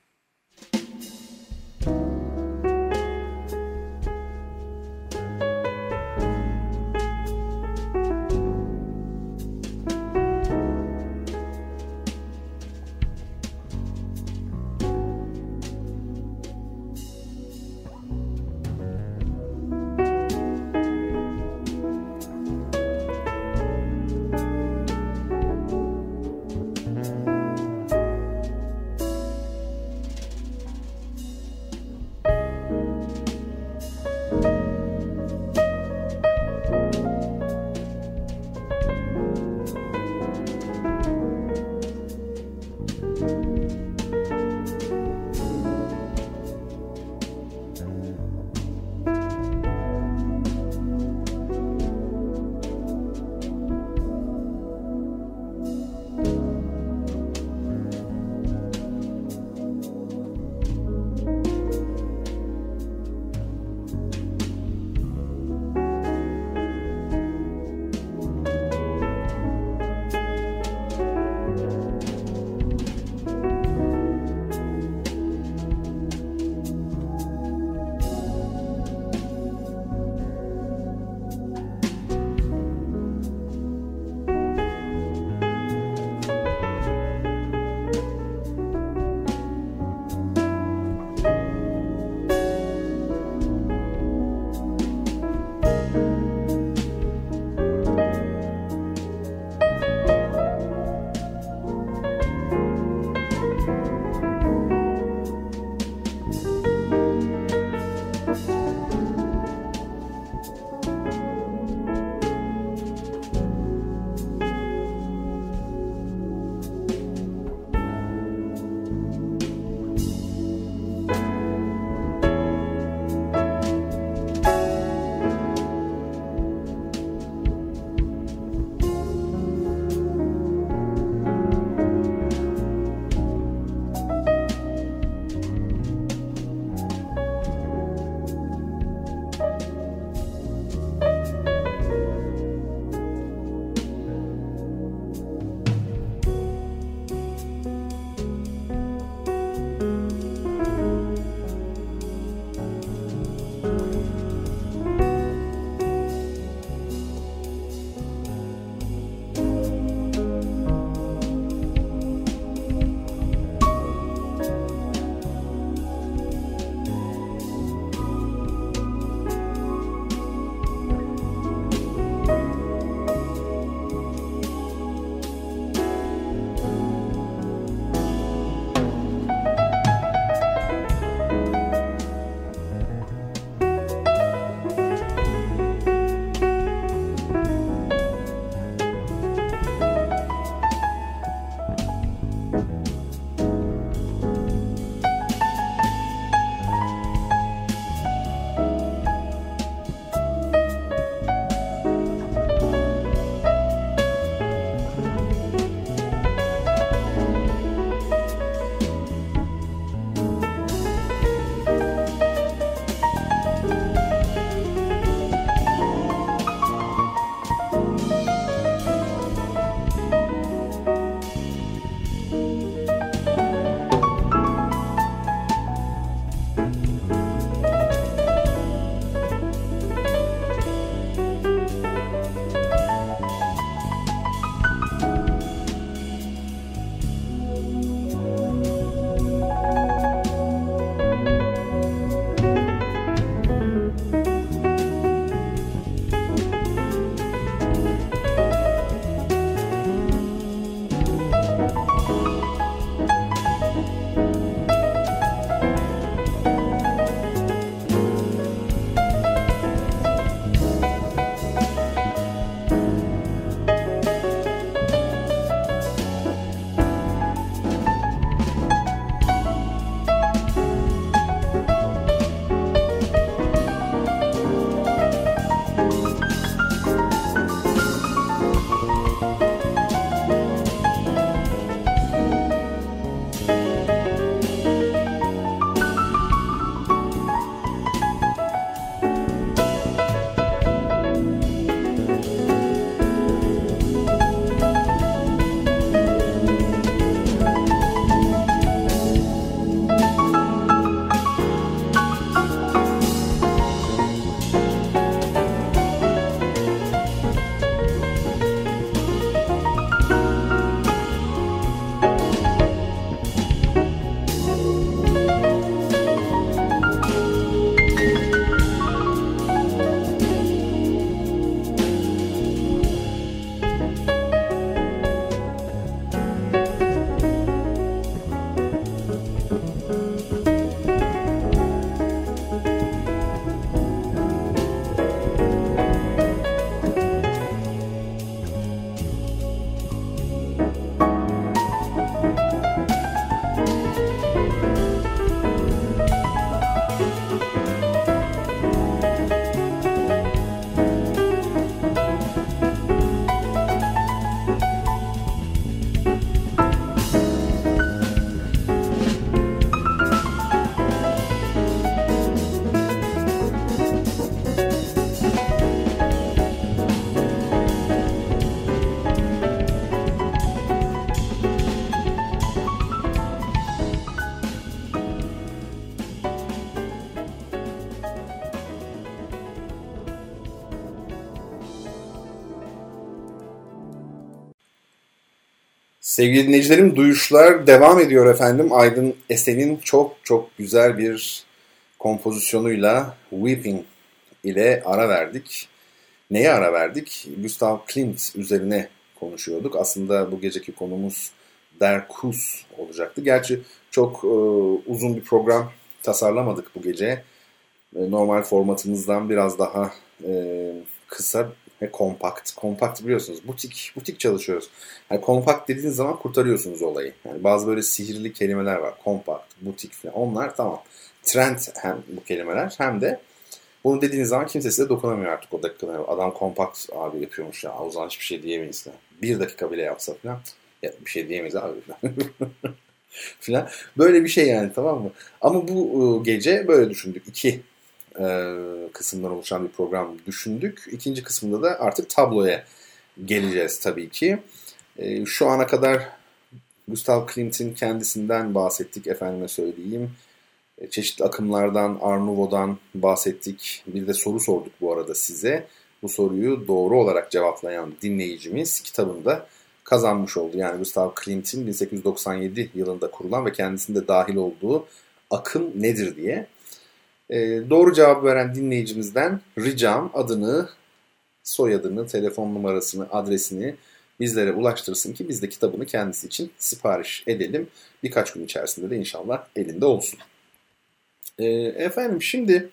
Speaker 2: Sevgili dinleyicilerim, duyuşlar devam ediyor efendim. Aydın Esen'in çok çok güzel bir kompozisyonuyla Weeping ile ara verdik. Neye ara verdik? Gustav Klimt üzerine konuşuyorduk. Aslında bu geceki konumuz Der Kuss olacaktı. Gerçi çok e, uzun bir program tasarlamadık bu gece. E, normal formatımızdan biraz daha e, kısa ve kompakt. Kompakt biliyorsunuz. Butik, butik çalışıyoruz. Yani kompakt dediğiniz zaman kurtarıyorsunuz olayı. Yani bazı böyle sihirli kelimeler var. Kompakt, butik falan. Onlar tamam. Trend hem bu kelimeler hem de bunu dediğiniz zaman kimse size dokunamıyor artık o dakikada. Adam kompakt abi yapıyormuş ya. O zaman hiçbir şey diyemeyiz. Falan. Bir dakika bile yapsa falan. Ya bir şey diyemeyiz abi falan. falan. Böyle bir şey yani, tamam mı? Ama bu gece böyle düşündük. İki e, kısımdan oluşan bir program düşündük. İkinci kısımda da artık tabloya geleceğiz tabii ki. E, şu ana kadar Gustav Klimt'in kendisinden bahsettik, efendime söyleyeyim. Çeşitli akımlardan, Art Nouveau'dan bahsettik. Bir de soru sorduk bu arada size. Bu soruyu doğru olarak cevaplayan dinleyicimiz kitabında kazanmış oldu. Yani Gustav Klimt'in bin sekiz yüz doksan yedi yılında kurulan ve kendisinde dahil olduğu akım nedir diye. Ee, doğru cevap veren dinleyicimizden ricam adını, soyadını, telefon numarasını, adresini bizlere ulaştırsın ki biz de kitabını kendisi için sipariş edelim. Birkaç gün içerisinde de inşallah elinde olsun. Ee, efendim şimdi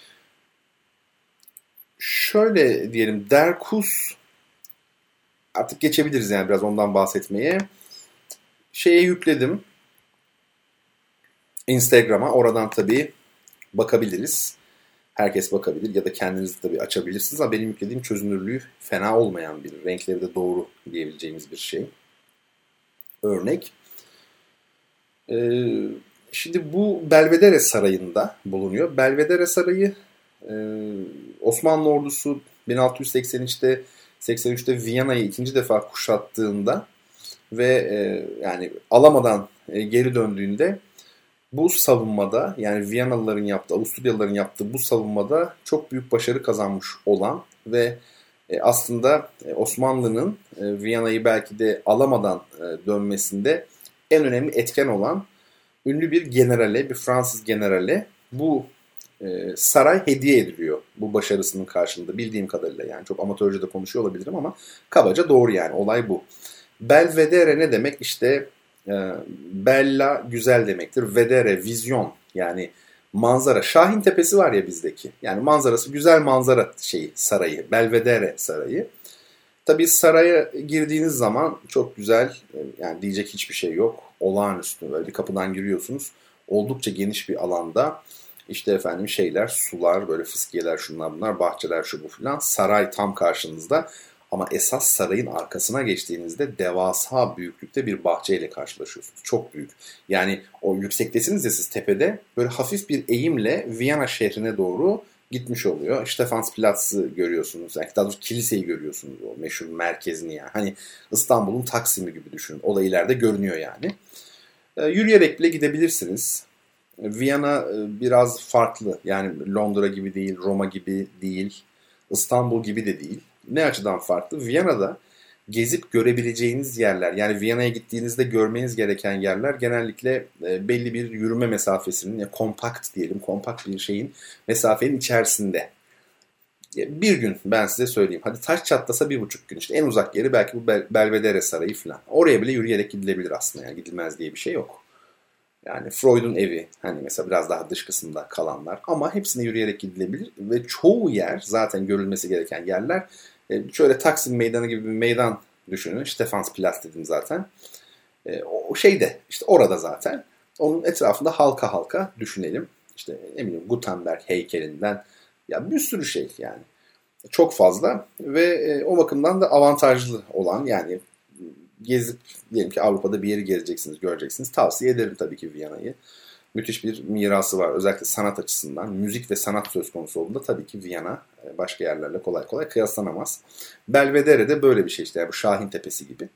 Speaker 2: şöyle diyelim, Der Kuss, artık geçebiliriz yani biraz ondan bahsetmeye. Şeye yükledim, Instagram'a, oradan tabii bakabiliriz. Herkes bakabilir ya da kendiniz de tabii açabilirsiniz ama benim yüklediğim çözünürlüğü fena olmayan bir, renkleri de doğru diyebileceğimiz bir şey. Örnek. Ee, şimdi bu Belvedere Sarayı'nda bulunuyor. Belvedere Sarayı e, Osmanlı ordusu bin altı yüz seksen üçte seksen üçte Viyana'yı ikinci defa kuşattığında ve e, yani alamadan e, geri döndüğünde bu savunmada, yani Viyanalıların yaptığı, Avusturyalıların yaptığı bu savunmada çok büyük başarı kazanmış olan ve e, aslında e, Osmanlı'nın e, Viyana'yı belki de alamadan e, dönmesinde en önemli etken olan ünlü bir generale, bir Fransız generale bu e, saray hediye ediliyor bu başarısının karşılığında, bildiğim kadarıyla. Yani çok amatörce de konuşuyor olabilirim ama kabaca doğru, yani olay bu. Belvedere ne demek? İşte e, bella güzel demektir. Vedere vizyon, yani manzara. Şahin Tepesi var ya bizdeki. Yani manzarası güzel, manzara şeyi, sarayı. Belvedere Sarayı. Tabii saraya girdiğiniz zaman çok güzel, yani diyecek hiçbir şey yok. Olağanüstü, böyle bir kapıdan giriyorsunuz. Oldukça geniş bir alanda. İşte efendim şeyler, sular, böyle fıskiyeler, şunlar bunlar, bahçeler, şu bu filan. Saray tam karşınızda. Ama esas sarayın arkasına geçtiğinizde devasa büyüklükte bir bahçeyle karşılaşıyorsunuz. Çok büyük. Yani o yüksektesiniz ya siz, tepede. Böyle hafif bir eğimle Viyana şehrine doğru gitmiş oluyor. Stephansplatz'ı görüyorsunuz. Yani daha doğrusu kiliseyi görüyorsunuz. O meşhur merkezini yani. Hani İstanbul'un Taksim'i gibi düşünün. O da ileride görünüyor yani. E, yürüyerek bile gidebilirsiniz. Viyana e, biraz farklı. Yani Londra gibi değil, Roma gibi değil, İstanbul gibi de değil. Ne açıdan farklı? Viyana'da gezip görebileceğiniz yerler, yani Viyana'ya gittiğinizde görmeniz gereken yerler genellikle e, belli bir yürüme mesafesinin, ya kompakt diyelim, kompakt bir şeyin, mesafenin içerisinde. Bir gün ben size söyleyeyim. Hadi taş çatlasa bir buçuk gün. İşte en uzak yeri belki bu Bel- Belvedere Sarayı falan. Oraya bile yürüyerek gidilebilir aslında. Yani gidilmez diye bir şey yok. Yani Freud'un evi, hani mesela biraz daha dış kısımda kalanlar, ama hepsine yürüyerek gidilebilir ve çoğu yer, zaten görülmesi gereken yerler, şöyle Taksim Meydanı gibi bir meydan düşünün. Stephansplatz dedim zaten. O şeyde, işte orada zaten. Onun etrafında halka halka düşünelim. İşte eminim Gutenberg heykelinden, ya bir sürü şey yani. Çok fazla ve o bakımdan da avantajlı olan, yani gezip diyelim ki Avrupa'da bir yeri gezeceksiniz, göreceksiniz. Tavsiye ederim tabii ki Viyana'yı. Müthiş bir mirası var. Özellikle sanat açısından. Müzik ve sanat söz konusu olduğunda tabii ki Viyana başka yerlerle kolay kolay kıyaslanamaz. Belvedere de böyle bir şey işte. Yani bu Şahin Tepesi gibi.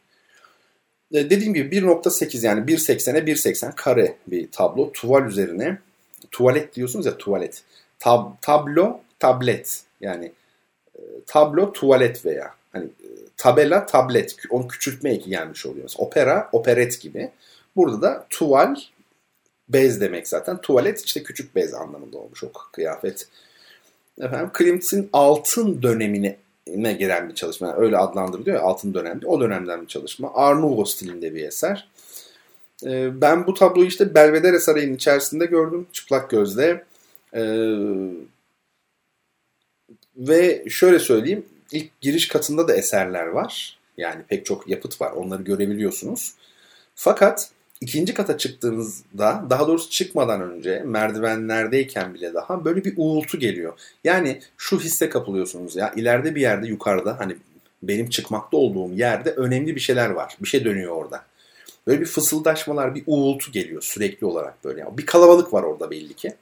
Speaker 2: Dediğim gibi bir nokta sekiz, yani bir seksene bir seksen kare bir tablo. Tuval üzerine. Tuvalet diyorsunuz ya, tuvalet. Tab, tablo, tablet. Yani tablo, tuvalet veya hani tabela, tablet. Onun küçültme eki gelmiş oluyor. Mesela opera, operet gibi. Burada da tuval, bez demek zaten. Tuvalet işte küçük bez anlamında olmuş o kıyafet. Efendim, Klimt'in altın dönemine ne giren bir çalışma. Yani öyle adlandırılıyor ya, altın dönemde. O dönemden bir çalışma. Art Nouveau stilinde bir eser. Ee, ben bu tabloyu işte Belvedere Sarayı'nın içerisinde gördüm. Çıplak gözle. Ee, ve şöyle söyleyeyim. İlk giriş katında da eserler var. Yani pek çok yapıt var. Onları görebiliyorsunuz. Fakat ikinci kata çıktığınızda, daha doğrusu çıkmadan önce, merdivenlerdeyken bile daha böyle bir uğultu geliyor. Yani şu hisse kapılıyorsunuz ya, ileride bir yerde, yukarıda, hani benim çıkmakta olduğum yerde önemli bir şeyler var. Bir şey dönüyor orada. Böyle bir fısıldaşmalar, bir uğultu geliyor sürekli olarak böyle. Bir kalabalık var orada belli ki.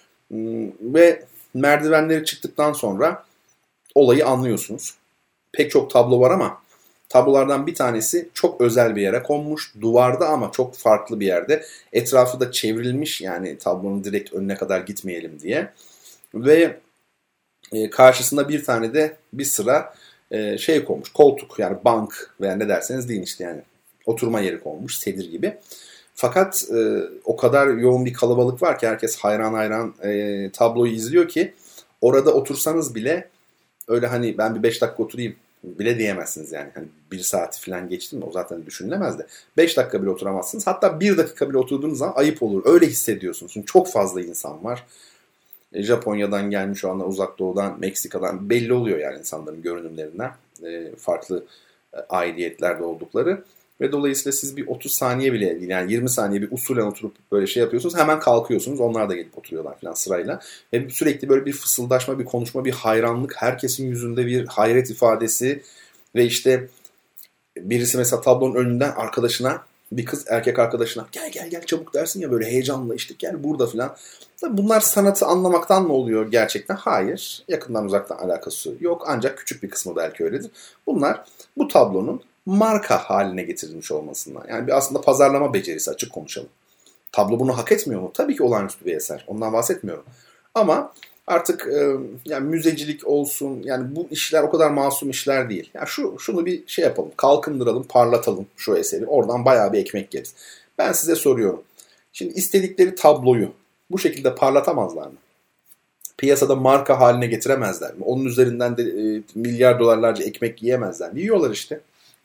Speaker 2: Ve merdivenleri çıktıktan sonra olayı anlıyorsunuz. Pek çok tablo var ama tablolardan bir tanesi çok özel bir yere konmuş. Duvarda ama çok farklı bir yerde. Etrafı da çevrilmiş, yani tablonun direkt önüne kadar gitmeyelim diye. Ve karşısında bir tane de bir sıra şey konmuş. Koltuk, yani bank veya ne derseniz deyin işte, yani oturma yeri konmuş. Sedir gibi. Fakat o kadar yoğun bir kalabalık var ki herkes hayran hayran tabloyu izliyor ki orada otursanız bile öyle hani ben bir beş dakika oturayım bile diyemezsiniz yani. Hani bir saati falan geçti mi o zaten düşünülemez de. beş dakika bile oturamazsınız. Hatta bir dakika bile oturduğunuz zaman ayıp olur. Öyle hissediyorsunuz. Çünkü çok fazla insan var. E, Japonya'dan gelmiş olanlar, Uzak Doğu'dan, Meksika'dan belli oluyor yani insanların görünümlerinden. E, farklı e, aidiyetlerde oldukları. Ve dolayısıyla siz bir otuz saniye bile değil, yani yirmi saniye bir usulen oturup böyle şey yapıyorsunuz. Hemen kalkıyorsunuz. Onlar da gelip oturuyorlar falan sırayla. Ve sürekli böyle bir fısıldaşma, bir konuşma, bir hayranlık. Herkesin yüzünde bir hayret ifadesi. Ve işte birisi mesela tablonun önünden arkadaşına, bir kız erkek arkadaşına gel gel gel çabuk dersin ya böyle heyecanla, işte gel burada falan. Bunlar sanatı anlamaktan mı oluyor gerçekten? Hayır. Yakından uzaktan alakası yok. Ancak küçük bir kısmı belki öyledir. Bunlar bu tablonun marka haline getirilmiş olmasından. Yani bir aslında pazarlama becerisi, açık konuşalım. Tablo bunu hak etmiyor mu? Tabii ki olağanüstü bir eser. Ondan bahsetmiyorum. Ama artık e, yani müzecilik olsun, yani bu işler o kadar masum işler değil. Yani şu şunu bir şey yapalım. Kalkındıralım, parlatalım şu eseri. Oradan bayağı bir ekmek yeriz. Ben size soruyorum. Şimdi istedikleri tabloyu bu şekilde parlatamazlar mı? Piyasada marka haline getiremezler mi? Onun üzerinden de e, milyar dolarlarca ekmek yiyemezler mi? Yiyorlar işte.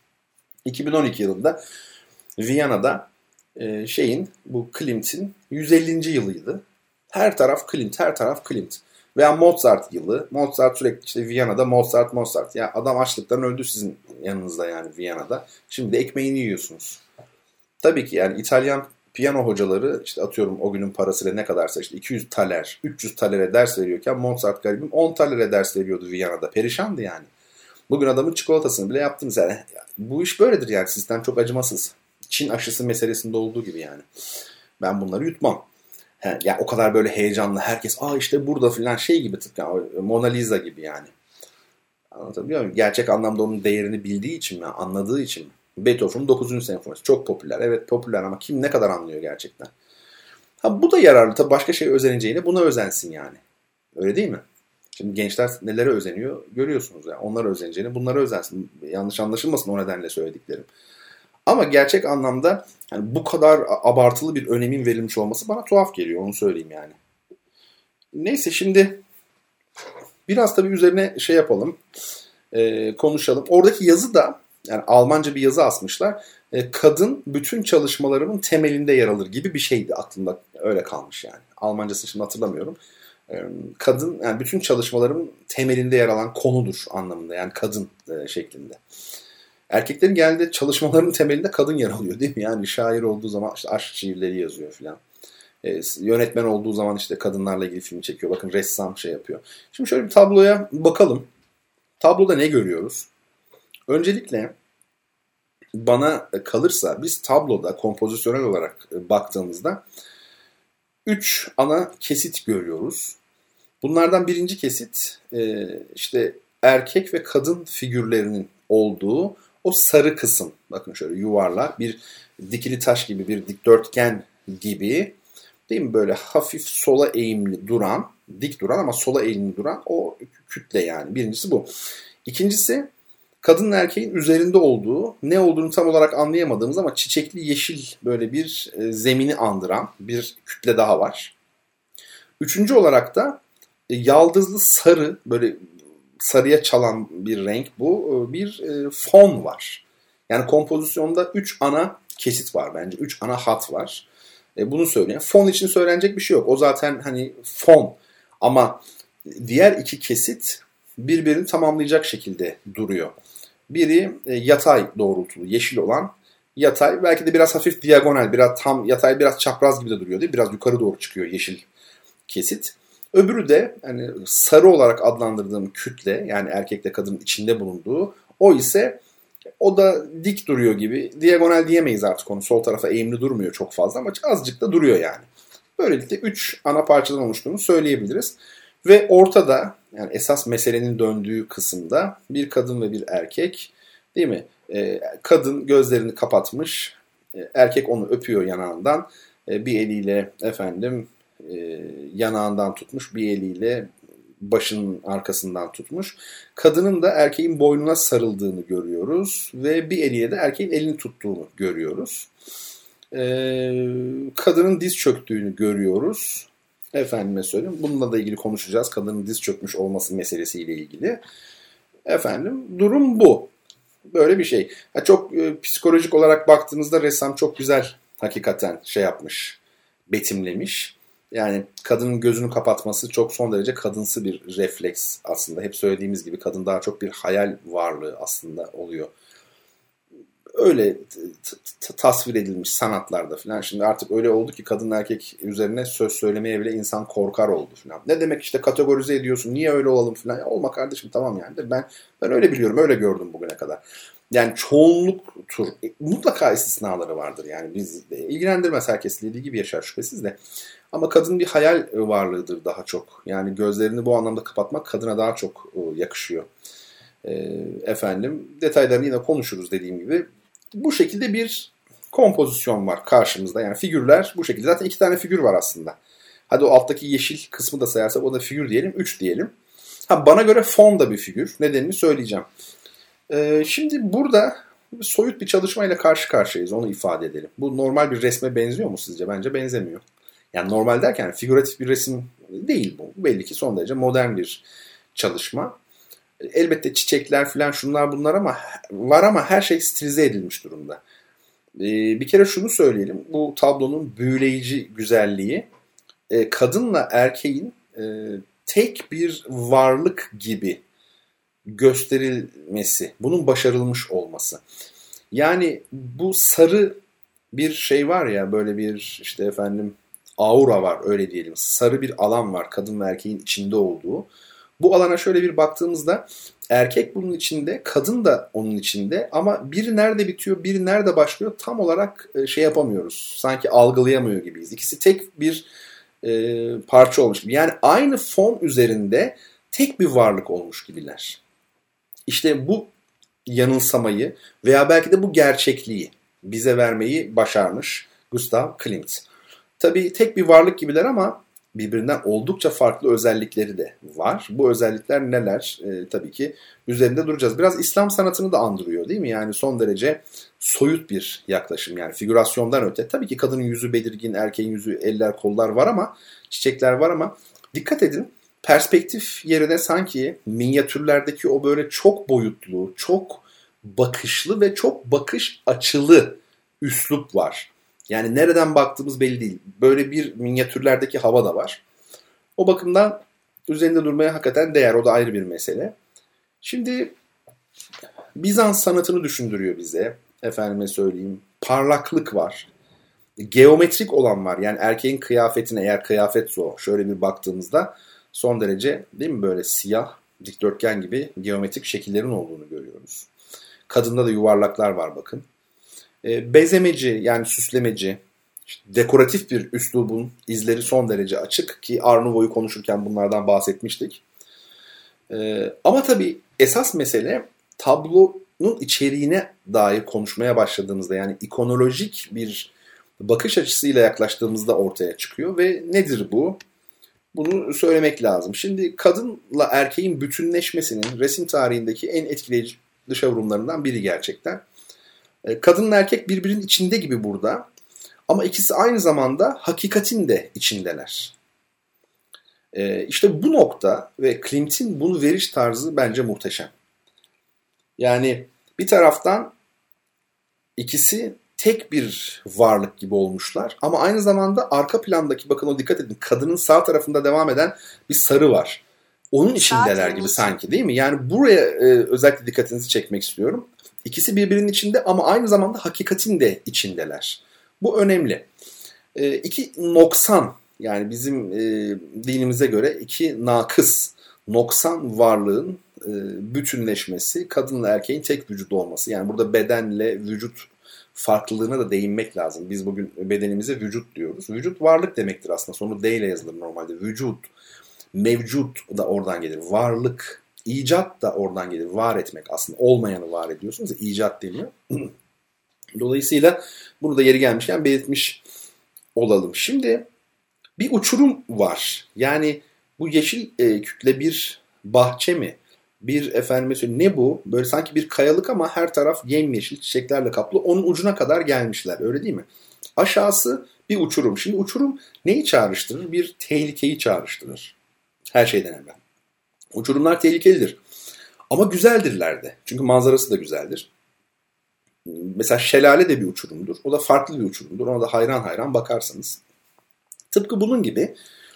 Speaker 2: iki bin on iki yılında Viyana'da e, şeyin, bu Klimt'in yüz ellinci yılıydı. Her taraf Klimt, her taraf Klimt. Veya Mozart yılı. Mozart sürekli işte Viyana'da Mozart, Mozart. Ya adam açlıktan öldü sizin yanınızda yani Viyana'da. Şimdi de ekmeğini yiyorsunuz. Tabii ki yani İtalyan piyano hocaları işte atıyorum o günün parasıyla ne kadarsa işte iki yüz taler, üç yüz talere ders veriyorken Mozart garibim on talere ders veriyordu Viyana'da. Perişandı yani. Bugün adamın çikolatasını bile yaptınız yani. Bu iş böyledir yani, sistem çok acımasız. Çin aşısı meselesinde olduğu gibi yani. Ben bunları yutmam. He, yani o kadar böyle heyecanlı herkes aa işte burada filan şey gibi, tıpkı yani Mona Lisa gibi yani. Anlatabiliyor muyum? Gerçek anlamda onun değerini bildiği için mi, anladığı için mi? Beethoven'ın dokuzuncu senfonisi çok popüler. Evet popüler ama kim ne kadar anlıyor gerçekten? Ha bu da yararlı. Tabii başka şeye özeneceğine buna özensin yani. Öyle değil mi? Şimdi gençler nelere özeniyor görüyorsunuz yani. Onlara özeneceğine bunlara özensin. Yanlış anlaşılmasın o nedenle söylediklerim. Ama gerçek anlamda yani bu kadar abartılı bir önemin verilmiş olması bana tuhaf geliyor. Onu söyleyeyim yani. Neyse şimdi biraz tabii üzerine şey yapalım. E, konuşalım. Oradaki yazı da yani Almanca bir yazı asmışlar. E, kadın bütün çalışmalarımın temelinde yer alır gibi bir şeydi, aklımda öyle kalmış yani. Almancasını şimdi hatırlamıyorum. E, kadın yani bütün çalışmalarımın temelinde yer alan konudur anlamında, yani kadın e, şeklinde. Erkeklerin genelde çalışmalarının temelinde kadın yer alıyor değil mi? Yani şair olduğu zaman işte aşk şiirleri yazıyor filan. E, yönetmen olduğu zaman işte kadınlarla ilgili film çekiyor. Bakın ressam şey yapıyor. Şimdi şöyle bir tabloya bakalım. Tabloda ne görüyoruz? Öncelikle bana kalırsa biz tabloda kompozisyonel olarak baktığımızda üç ana kesit görüyoruz. Bunlardan birinci kesit işte erkek ve kadın figürlerinin olduğu o sarı kısım. Bakın şöyle yuvarlak bir dikili taş gibi, bir dikdörtgen gibi, değil mi? Böyle hafif sola eğimli duran, dik duran ama sola eğimli duran o kütle yani. Birincisi bu. İkincisi kadın erkeğin üzerinde olduğu, ne olduğunu tam olarak anlayamadığımız ama çiçekli yeşil böyle bir e, zemini andıran bir kütle daha var. Üçüncü olarak da e, yaldızlı sarı, böyle sarıya çalan bir renk bu. E, bir e, fon var. Yani kompozisyonda üç ana kesit var bence. Üç ana hat var. E, bunu söyleyen. Fon için söylenecek bir şey yok. O zaten hani fon. Ama diğer iki kesit birbirini tamamlayacak şekilde duruyor. Biri e, yatay doğrultulu, yeşil olan yatay. Belki de biraz hafif diagonal, biraz tam yatay, biraz çapraz gibi de duruyor değil mi? Biraz yukarı doğru çıkıyor yeşil kesit. Öbürü de hani sarı olarak adlandırdığım kütle, yani erkekle kadının içinde bulunduğu, o ise o da dik duruyor gibi. Diagonal diyemeyiz artık onu. Sol tarafa eğimli durmuyor çok fazla ama azıcık da duruyor yani. Böylelikle üç ana parçadan oluştuğunu söyleyebiliriz. Ve ortada, yani esas meselenin döndüğü kısımda bir kadın ve bir erkek, değil mi? Ee, kadın gözlerini kapatmış, ee, erkek onu öpüyor yanağından, ee, bir eliyle efendim e, yanağından tutmuş, bir eliyle başının arkasından tutmuş. Kadının da erkeğin boynuna sarıldığını görüyoruz ve bir eliyle de erkeğin elini tuttuğunu görüyoruz. Ee, kadının diz çöktüğünü görüyoruz. Efendime söyleyeyim. Bununla da ilgili konuşacağız. Kadının diz çökmüş olması meselesiyle ilgili. Efendim durum bu. Böyle bir şey. Ha, çok e, psikolojik olarak baktığınızda ressam çok güzel hakikaten şey yapmış. Betimlemiş. Yani kadının gözünü kapatması çok son derece kadınsı bir refleks aslında. Hep söylediğimiz gibi kadın daha çok bir hayal varlığı aslında oluyor. Öyle t- t- tasvir edilmiş sanatlarda falan. Şimdi artık öyle oldu ki kadın erkek üzerine söz söylemeye bile insan korkar oldu falan. Ne demek işte kategorize ediyorsun, niye öyle olalım falan. Ya olma kardeşim, tamam yani. Ben ben öyle biliyorum, öyle gördüm bugüne kadar. Yani çoğunluktur. E, mutlaka istisnaları vardır yani. Biz de ilgilendirmez, herkes dediği gibi yaşar şüphesiz de. Ama kadın bir hayal varlığıdır daha çok. Yani gözlerini bu anlamda kapatmak kadına daha çok yakışıyor. E, efendim detaylarını yine konuşuruz dediğim gibi. Bu şekilde bir kompozisyon var karşımızda. Yani figürler bu şekilde. Zaten iki tane figür var aslında. Hadi o alttaki yeşil kısmı da sayarsak o da figür diyelim. Üç diyelim. Ha, bana göre fon da bir figür. Nedenini söyleyeceğim. Ee, şimdi burada soyut bir çalışmayla karşı karşıyayız. Onu ifade edelim. Bu normal bir resme benziyor mu sizce? Bence benzemiyor. Yani normal derken figüratif bir resim değil bu. Belli ki son derece modern bir çalışma. Elbette çiçekler falan şunlar bunlar ama var ama her şey stilize edilmiş durumda. Ee, bir kere şunu söyleyelim. Bu tablonun büyüleyici güzelliği e, kadınla erkeğin e, tek bir varlık gibi gösterilmesi. Bunun başarılmış olması. Yani bu sarı bir şey var ya, böyle bir işte efendim aura var, öyle diyelim. Sarı bir alan var kadın ve erkeğin içinde olduğu. Bu alana şöyle bir baktığımızda erkek bunun içinde, kadın da onun içinde ama biri nerede bitiyor, biri nerede başlıyor tam olarak şey yapamıyoruz. Sanki algılayamıyor gibiyiz. İkisi tek bir e, parça olmuş gibi. Yani aynı fon üzerinde tek bir varlık olmuş gibiler. İşte bu yanılsamayı veya belki de bu gerçekliği bize vermeyi başarmış Gustav Klimt. Tabii tek bir varlık gibiler ama birbirinden oldukça farklı özellikleri de var. Bu özellikler neler? E, tabii ki üzerinde duracağız. Biraz İslam sanatını da andırıyor değil mi? Yani son derece soyut bir yaklaşım. Yani figürasyondan öte. Tabii ki kadının yüzü belirgin, erkeğin yüzü, eller, kollar var ama, çiçekler var ama dikkat edin. Perspektif yerine sanki minyatürlerdeki o böyle çok boyutlu, çok bakışlı ve çok bakış açılı üslup var. Yani nereden baktığımız belli değil. Böyle bir minyatürlerdeki hava da var. O bakımdan üzerinde durmaya hakikaten değer. O da ayrı bir mesele. Şimdi Bizans sanatını düşündürüyor bize. Efendime söyleyeyim. Parlaklık var. Geometrik olan var. Yani erkeğin kıyafetine, eğer kıyafetse o, şöyle bir baktığımızda son derece değil mi böyle siyah, dikdörtgen gibi geometrik şekillerin olduğunu görüyoruz. Kadında da yuvarlaklar var bakın. E, bezemeci yani süslemeci, işte dekoratif bir üslubun izleri son derece açık ki Art Nouveau'yu konuşurken bunlardan bahsetmiştik. E, ama tabii esas mesele tablonun içeriğine dair konuşmaya başladığımızda, yani ikonolojik bir bakış açısıyla yaklaştığımızda ortaya çıkıyor ve nedir bu? Bunu söylemek lazım. Şimdi kadınla erkeğin bütünleşmesinin resim tarihindeki en etkileyici dışa vurumlarından biri gerçekten. E, kadınla erkek birbirinin içinde gibi burada. Ama ikisi aynı zamanda hakikatin de içindeler. E, işte bu nokta ve Klimt'in bunu veriş tarzı bence muhteşem. Yani bir taraftan ikisi tek bir varlık gibi olmuşlar. Ama aynı zamanda arka plandaki, bakın o dikkat edin, kadının sağ tarafında devam eden bir sarı var. Onun içindeler gibi sanki, değil mi? Yani buraya e, özellikle dikkatinizi çekmek istiyorum. İkisi birbirinin içinde ama aynı zamanda hakikatin de içindeler. Bu önemli. E, iki noksan, yani bizim e, dinimize göre iki nakıs, noksan varlığın e, bütünleşmesi, kadınla erkeğin tek vücut olması. Yani burada bedenle vücut farklılığına da değinmek lazım. Biz bugün bedenimize vücut diyoruz. Vücut varlık demektir aslında. Sonu D ile yazılır normalde. Vücut, mevcut da oradan gelir. Varlık, icat da oradan gelir. Var etmek aslında. Olmayanı var ediyorsunuz. İcat deniyor. Dolayısıyla bunu da yeri gelmişken belirtmiş olalım. Şimdi bir uçurum var. Yani bu yeşil e, kütle bir bahçe mi? Bir efendime söyleyeyim, ne bu? Böyle sanki bir kayalık ama her taraf yemyeşil çiçeklerle kaplı. Onun ucuna kadar gelmişler. Öyle değil mi? Aşağısı bir uçurum. Şimdi uçurum neyi çağrıştırır? Bir tehlikeyi çağrıştırır. Her şeyden evvel. Uçurumlar tehlikelidir. Ama güzeldirler de. Çünkü manzarası da güzeldir. Mesela şelale de bir uçurumdur. O da farklı bir uçurumdur. Ona da hayran hayran bakarsanız. Tıpkı bunun gibi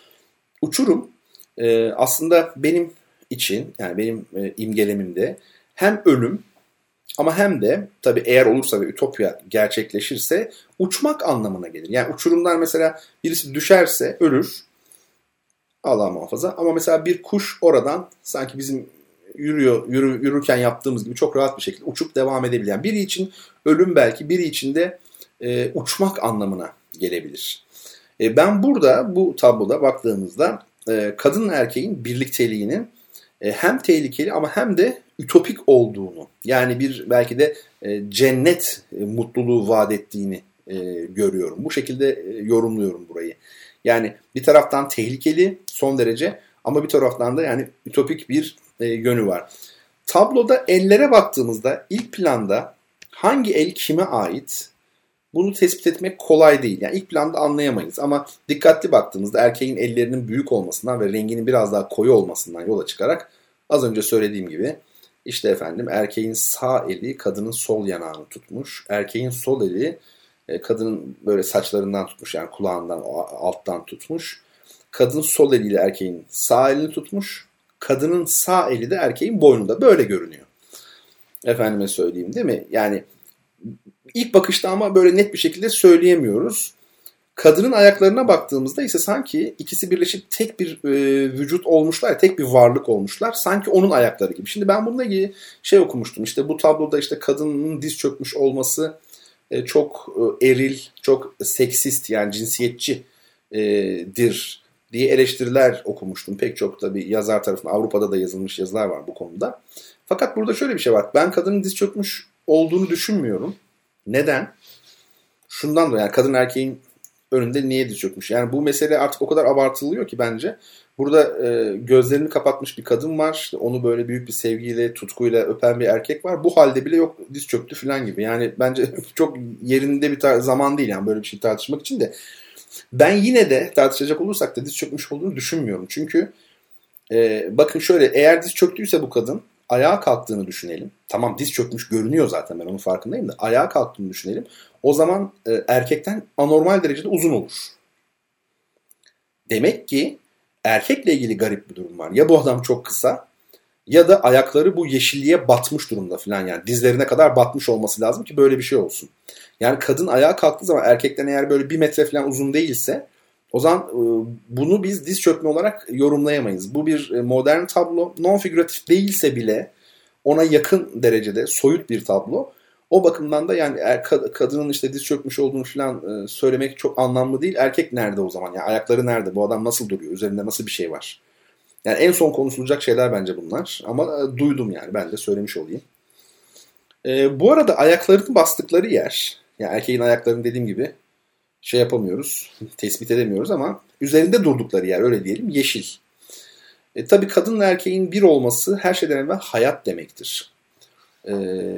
Speaker 2: uçurum e, aslında benim için, yani benim e, imgelemimde hem ölüm ama hem de tabii eğer olursa ve ütopya gerçekleşirse uçmak anlamına gelir. Yani uçurumdan mesela birisi düşerse ölür, Allah muhafaza, ama mesela bir kuş oradan sanki bizim yürüyor yürü, yürürken yaptığımız gibi çok rahat bir şekilde uçup devam edebilir. Yani biri için ölüm belki, biri için de e, uçmak anlamına gelebilir. E, ben burada bu tabloda baktığımızda e, kadınla erkeğin birlikteliğinin e, hem tehlikeli ama hem de ütopik olduğunu, yani bir belki de e, cennet e, mutluluğu vaat ettiğini e, görüyorum. Bu şekilde e, yorumluyorum burayı. Yani bir taraftan tehlikeli son derece ama bir taraftan da yani ütopik bir e, yönü var. Tabloda ellere baktığımızda ilk planda hangi el kime ait bunu tespit etmek kolay değil. Yani ilk planda anlayamayız ama dikkatli baktığımızda erkeğin ellerinin büyük olmasından ve renginin biraz daha koyu olmasından yola çıkarak az önce söylediğim gibi işte efendim erkeğin sağ eli kadının sol yanağını tutmuş. Erkeğin sol eli kadının böyle saçlarından tutmuş, yani kulağından alttan tutmuş. Kadın sol eliyle erkeğin sağ elini tutmuş. Kadının sağ eli de erkeğin boynunda. Böyle görünüyor. Efendime söyleyeyim, değil mi? Yani ilk bakışta ama böyle net bir şekilde söyleyemiyoruz. Kadının ayaklarına baktığımızda ise sanki ikisi birleşip tek bir e, vücut olmuşlar, tek bir varlık olmuşlar. Sanki onun ayakları gibi. Şimdi ben bununla ilgili şey okumuştum. İşte bu tabloda işte kadının diz çökmüş olması e, çok e, eril, çok seksist, yani cinsiyetçidir e, diye eleştiriler okumuştum. Pek çok tabii yazar tarafından, Avrupa'da da yazılmış yazılar var bu konuda. Fakat burada şöyle bir şey var. Ben kadının diz çökmüş olduğunu düşünmüyorum. Neden? Şundan dolayı, yani kadın erkeğin önünde niye diz çökmüş? Yani bu mesele artık o kadar abartılıyor ki bence. Burada e, gözlerini kapatmış bir kadın var. İşte onu böyle büyük bir sevgiyle, tutkuyla öpen bir erkek var. Bu halde bile yok diz çöktü falan gibi. Yani bence çok yerinde bir tar- zaman değil yani böyle bir şey tartışmak için de. Ben yine de tartışacak olursak da diz çökmüş olduğunu düşünmüyorum. Çünkü e, bakın şöyle, eğer diz çöktüyse bu kadın, ayağa kalktığını düşünelim. Tamam, diz çökmüş görünüyor zaten, ben onun farkındayım da. Ayağa kalktığını düşünelim. O zaman e, erkekten anormal derecede uzun olur. Demek ki erkekle ilgili garip bir durum var. Ya bu adam çok kısa ya da ayakları bu yeşilliğe batmış durumda falan, yani dizlerine kadar batmış olması lazım ki böyle bir şey olsun. Yani kadın ayağa kalktığı zaman erkekten eğer böyle bir metre falan uzun değilse o zaman e, bunu biz diz çökme olarak yorumlayamayız. Bu bir modern tablo. Non-figüratif değilse bile ona yakın derecede soyut bir tablo. O bakımdan da yani er, kadının işte diz çökmüş olduğunu falan e, söylemek çok anlamlı değil. Erkek nerede o zaman? Yani ayakları nerede? Bu adam nasıl duruyor? Üzerinde nasıl bir şey var? Yani en son konuşulacak şeyler bence bunlar. Ama e, duydum yani. Ben de söylemiş olayım. E, bu arada ayaklarını bastıkları yer, yani erkeğin ayaklarını dediğim gibi şey yapamıyoruz, tespit edemiyoruz ama üzerinde durdukları yer, öyle diyelim, yeşil. E, tabii kadınla erkeğin bir olması her şeyden evvel hayat demektir. E,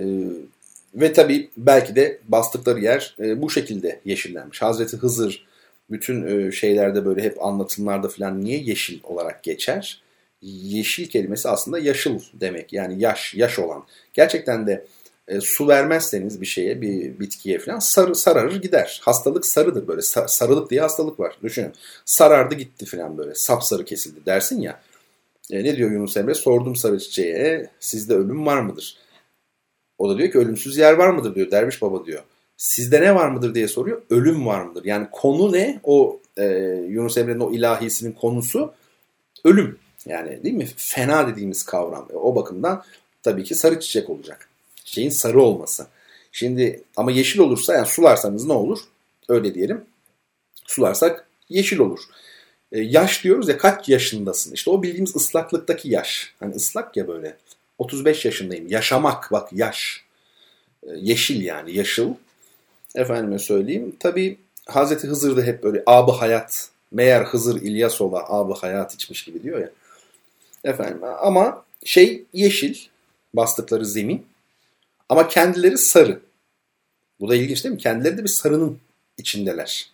Speaker 2: ve tabii belki de bastıkları yer e, bu şekilde yeşillenmiş. Hazreti Hızır bütün e, şeylerde böyle hep anlatımlarda falan niye yeşil olarak geçer? Yeşil kelimesi aslında yaşıl demek. Yani yaş, yaş olan. Gerçekten de e, su vermezseniz bir şeye, bir bitkiye falan sarı, sararır gider. Hastalık sarıdır böyle. Sa- sarılık diye hastalık var. Düşünün. Sarardı gitti falan böyle. Sapsarı kesildi dersin ya. E, ne diyor Yunus Emre? Sordum sarı çiçeğe, sizde ölüm var mıdır? O da diyor ki ölümsüz yer var mıdır diyor. Derviş baba diyor. Sizde ne var mıdır diye soruyor. Ölüm var mıdır? Yani konu ne? O e, Yunus Emre'nin o ilahisinin konusu ölüm. Yani değil mi? Fena dediğimiz kavram. O bakımdan tabii ki sarı çiçek olacak. Çiçeğin sarı olması. Şimdi ama yeşil olursa yani sularsanız ne olur? Öyle diyelim. Sularsak yeşil olur. E, yaş diyoruz ya, kaç yaşındasın? İşte o bildiğimiz ıslaklıktaki yaş. Hani ıslak ya böyle. otuz beş yaşındayım. Yaşamak bak yaş. E, yeşil yani yaşıl. Efendime söyleyeyim. Tabii Hazreti Hızır da hep böyle ab-ı hayat. Meğer Hızır İlyas ola ab-ı hayat içmiş gibi diyor ya. Efendim ama şey yeşil, bastıkları zemin, ama kendileri sarı. Bu da ilginç değil mi? Kendileri de bir sarının içindeler.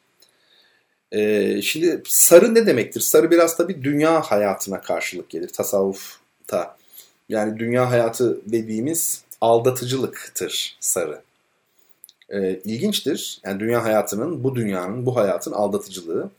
Speaker 2: Ee, şimdi sarı ne demektir? Sarı biraz tabii dünya hayatına karşılık gelir tasavvufta. Yani dünya hayatı dediğimiz aldatıcılıktır sarı. Ee, ilginçtir. Yani dünya hayatının, bu dünyanın, bu hayatın aldatıcılığı.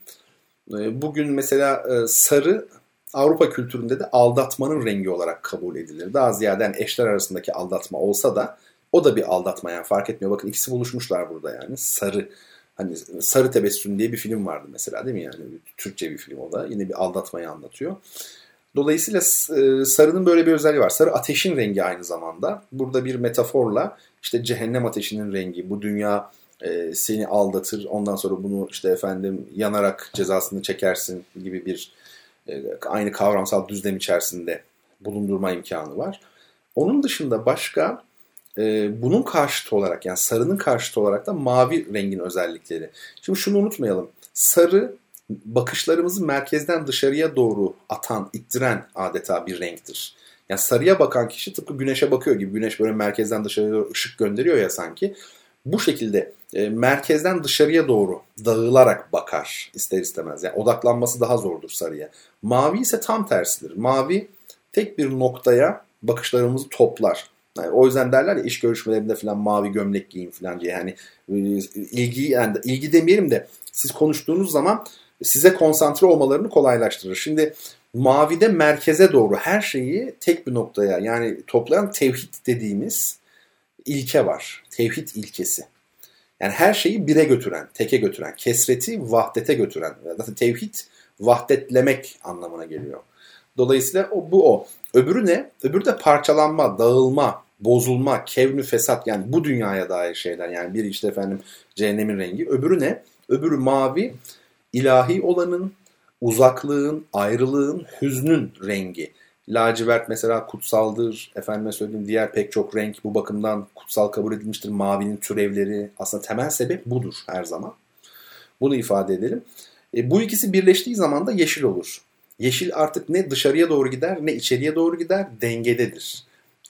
Speaker 2: Ee, bugün mesela e, sarı Avrupa kültüründe de aldatmanın rengi olarak kabul edilir. Daha ziyade yani eşler arasındaki aldatma olsa da o da bir aldatma, yani fark etmiyor. Bakın ikisi buluşmuşlar burada yani. Sarı, hani Sarı Tebessüm diye bir film vardı mesela, değil mi yani? Türkçe bir film o da. Yine bir aldatmayı anlatıyor. Dolayısıyla sarının böyle bir özelliği var. Sarı ateşin rengi aynı zamanda. Burada bir metaforla işte cehennem ateşinin rengi, bu dünya e, seni aldatır, ondan sonra bunu işte efendim yanarak cezasını çekersin gibi bir e, aynı kavramsal düzlem içerisinde bulundurma imkanı var. Onun dışında başka e, bunun karşıtı olarak, yani sarının karşıtı olarak da mavi rengin özellikleri. Şimdi şunu unutmayalım. Sarı bakışlarımızı merkezden dışarıya doğru atan, ittiren adeta bir renktir. Yani sarıya bakan kişi tıpkı güneşe bakıyor gibi. Güneş böyle merkezden dışarıya doğru ışık gönderiyor ya sanki. Bu şekilde e, merkezden dışarıya doğru dağılarak bakar ister istemez. Yani odaklanması daha zordur sarıya. Mavi ise tam tersidir. Mavi tek bir noktaya bakışlarımızı toplar. Yani o yüzden derler ya iş görüşmelerinde falan mavi gömlek giyin falan diye. Yani e, ilgi, yani ilgi demeyelim de siz konuştuğunuz zaman size konsantre olmalarını kolaylaştırır. Şimdi mavide merkeze doğru her şeyi tek bir noktaya, yani toplayan tevhid dediğimiz ilke var. Tevhid ilkesi. Yani her şeyi bire götüren, teke götüren, kesreti vahdete götüren. Zaten tevhid vahdetlemek anlamına geliyor. Dolayısıyla o, bu o. Öbürü ne? Öbürü de parçalanma, dağılma, bozulma, kevnü fesat, yani bu dünyaya dair şeyler. Yani biri işte efendim cehennemin rengi. Öbürü ne? Öbürü mavi, ilahi olanın, uzaklığın, ayrılığın, hüznün rengi. Lacivert mesela kutsaldır. Efendime söyleyeyim diğer pek çok renk bu bakımdan kutsal kabul edilmiştir. Mavinin türevleri, aslında temel sebep budur her zaman. Bunu ifade edelim. E, bu ikisi birleştiği zaman da yeşil olur. Yeşil artık ne dışarıya doğru gider ne içeriye doğru gider, dengededir.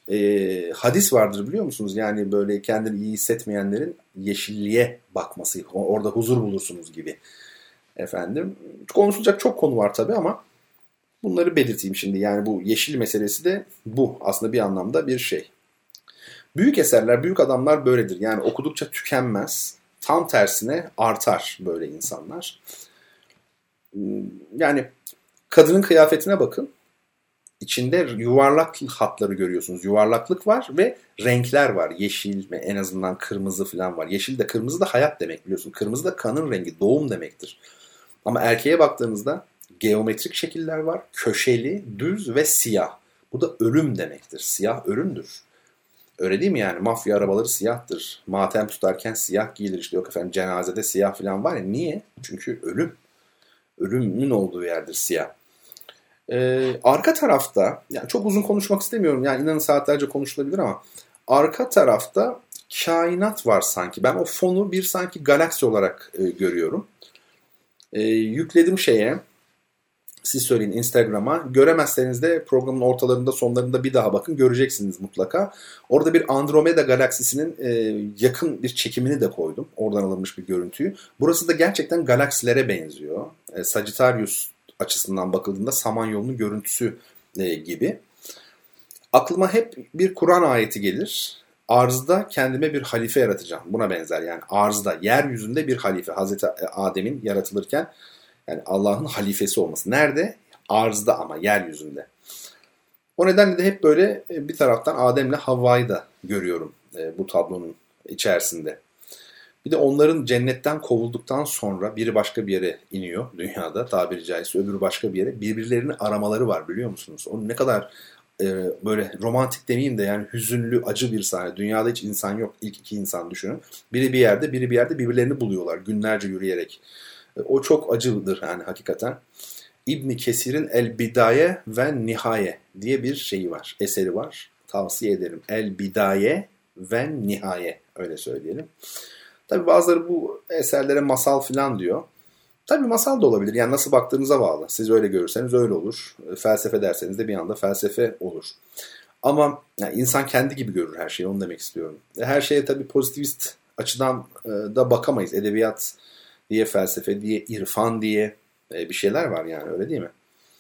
Speaker 2: E, hadis vardır biliyor musunuz? Yani böyle kendini iyi hissetmeyenlerin yeşilliğe bakması, orada huzur bulursunuz gibi. Efendim konuşulacak çok konu var tabii ama bunları belirteyim şimdi. Yani bu yeşil meselesi de bu aslında bir anlamda bir şey. Büyük eserler, büyük adamlar böyledir. Yani okudukça tükenmez. Tam tersine artar böyle insanlar. Yani kadının kıyafetine bakın. İçinde yuvarlak hatları görüyorsunuz. Yuvarlaklık var ve renkler var. Yeşil ve en azından kırmızı falan var. Yeşil de kırmızı da hayat demek biliyorsun. Kırmızı da kanın rengi, doğum demektir. Ama erkeğe baktığınızda geometrik şekiller var. Köşeli, düz ve siyah. Bu da ölüm demektir. Siyah ölümdür. Öyle değil mi yani? Mafya arabaları siyahtır. Matem tutarken siyah giyilir. İşte yok efendim cenazede siyah falan var ya. Niye? Çünkü ölüm. Ölümün olduğu yerdir siyah. Ee, arka tarafta, yani çok uzun konuşmak istemiyorum. Yani inanın saatlerce konuşulabilir ama arka tarafta kainat var sanki. Ben o fonu bir sanki galaksi olarak e, görüyorum. E, yükledim şeye, Siz söyleyin Instagram'a. Göremezseniz de programın ortalarında, sonlarında bir daha bakın, göreceksiniz mutlaka. Orada bir Andromeda galaksisinin e, yakın bir çekimini de koydum. Oradan alınmış bir görüntüyü. Burası da gerçekten galaksilere benziyor. E, Sagittarius açısından bakıldığında Samanyolu'nun görüntüsü e, gibi. Aklıma hep bir Kur'an ayeti gelir. Arzda kendime bir halife yaratacağım. Buna benzer yani arzda, yeryüzünde bir halife. Hazreti Adem'in yaratılırken yani Allah'ın halifesi olması. Nerede? Arzda ama yeryüzünde. O nedenle de hep böyle bir taraftan Adem'le Havva'yı da görüyorum bu tablonun içerisinde. Bir de onların cennetten kovulduktan sonra biri başka bir yere iniyor dünyada tabiri caizse, öbürü başka bir yere. Birbirlerini aramaları var, biliyor musunuz? Onun ne kadar e, böyle romantik demeyeyim de yani hüzünlü, acı bir sahne. Dünyada hiç insan yok. İlk iki insan düşünün. Biri bir yerde, biri bir yerde birbirlerini buluyorlar günlerce yürüyerek. E, o çok acıdır yani hakikaten. İbn Kesir'in El Bidaye ve Nihaye diye bir şeyi var, eseri var. Tavsiye ederim. El Bidaye ve Nihaye, öyle söyleyelim. Tabii bazıları bu eserlere masal falan diyor. Tabii masal da olabilir. Yani nasıl baktığınıza bağlı. Siz öyle görürseniz öyle olur. Felsefe derseniz de bir anda felsefe olur. Ama yani insan kendi gibi görür her şeyi. Onu demek istiyorum. Her şeye tabii pozitivist açıdan da bakamayız. Edebiyat diye, felsefe diye, irfan diye bir şeyler var yani, öyle değil mi?